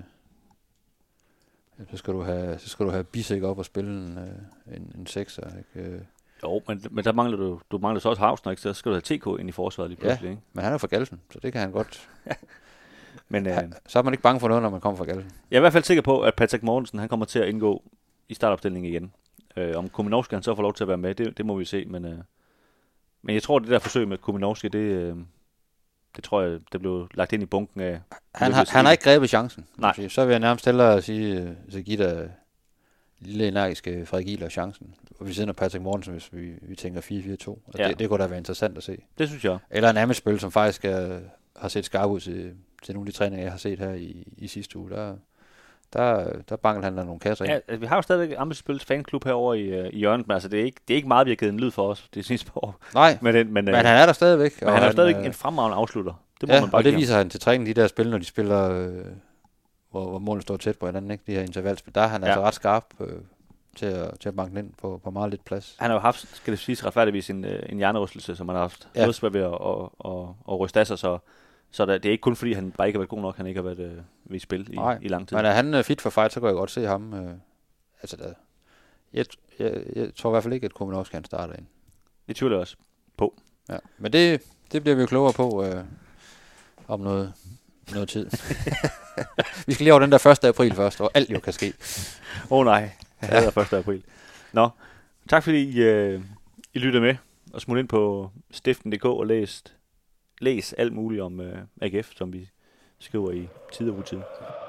Så skal du have, så skal du have Bisek op og spille en, en, en sekser, ikke? Jo, men, men der mangler du, du mangler så også Hausner, ikke? Så skal du have T K ind i forsvaret lige pludselig, ja, ikke? Men han er fra Galsen, så det kan han godt... Men, øh, så er man ikke bange for noget, når man kommer fra Galsen. Jeg er i hvert fald sikker på, at Patrick Mortensen, han kommer til at indgå i startopstillingen igen. Øh, om Kuminovski han så får lov til at være med, det, det må vi se, men, øh, men jeg tror, det der forsøg med Kuminovski, det, øh, det tror jeg, det blev lagt ind i bunken af... Han har, han har ikke grebet chancen. Nej. Så vil jeg nærmest hellere sige, så giv dig lille energiske Frederik Ihler chancen. Og vi sender Patrick Mortensen, hvis vi, vi tænker fire fire to. Og ja. det, det kunne da være interessant at se. Det synes jeg. Eller en anden spil, som faktisk er, har set skarp ud til, til nogle af de træninger, jeg har set her i, i sidste uge. Der, Der, der banker han der nogle kasser ind. Ja, altså, vi har jo stadigvæk Amtsbøls fanklub herovre i, uh, i hjørnet, men altså, det er, ikke, det er ikke meget, vi har givet en lyd for os det sidste par år. Nej, men, den, men, men uh, han er der stadigvæk. Men han er jo stadigvæk øh, en fremragende afslutter. Det må ja, man bare og det give viser han til træning, de der spil, når de spiller, øh, hvor, hvor målene står tæt på hinanden, ikke? De her intervalspil. Der er han ja. altså ret skarp øh, til, at, til at banke den ind på, på meget lidt plads. Han har jo haft, skal det siges retfærdigvis, en, en hjernerystelse, som han har haft ja. noget svært ved at, at, at, at ryste af sig, så, så der, det er ikke kun fordi, han bare ikke har været god nok, han ikke har været øh, ved i spil i, i lang tid. Men er han uh, fit for fight, så kan jeg godt se ham. Øh, altså, der, jeg, jeg, jeg tror i hvert fald ikke, at Kuminovski kan starte ind. Det tvivler jeg også på. Ja, men det, det bliver vi jo klogere på øh, om noget, noget tid. Vi skal lige over den der første april først, hvor alt jo kan ske. Åh oh, nej, det er første april. Nå, tak fordi I, øh, I lyttede med og smut ind på stiften punktum d k og læst, læs alt muligt om øh, A G F, som vi skriver i tid og utid.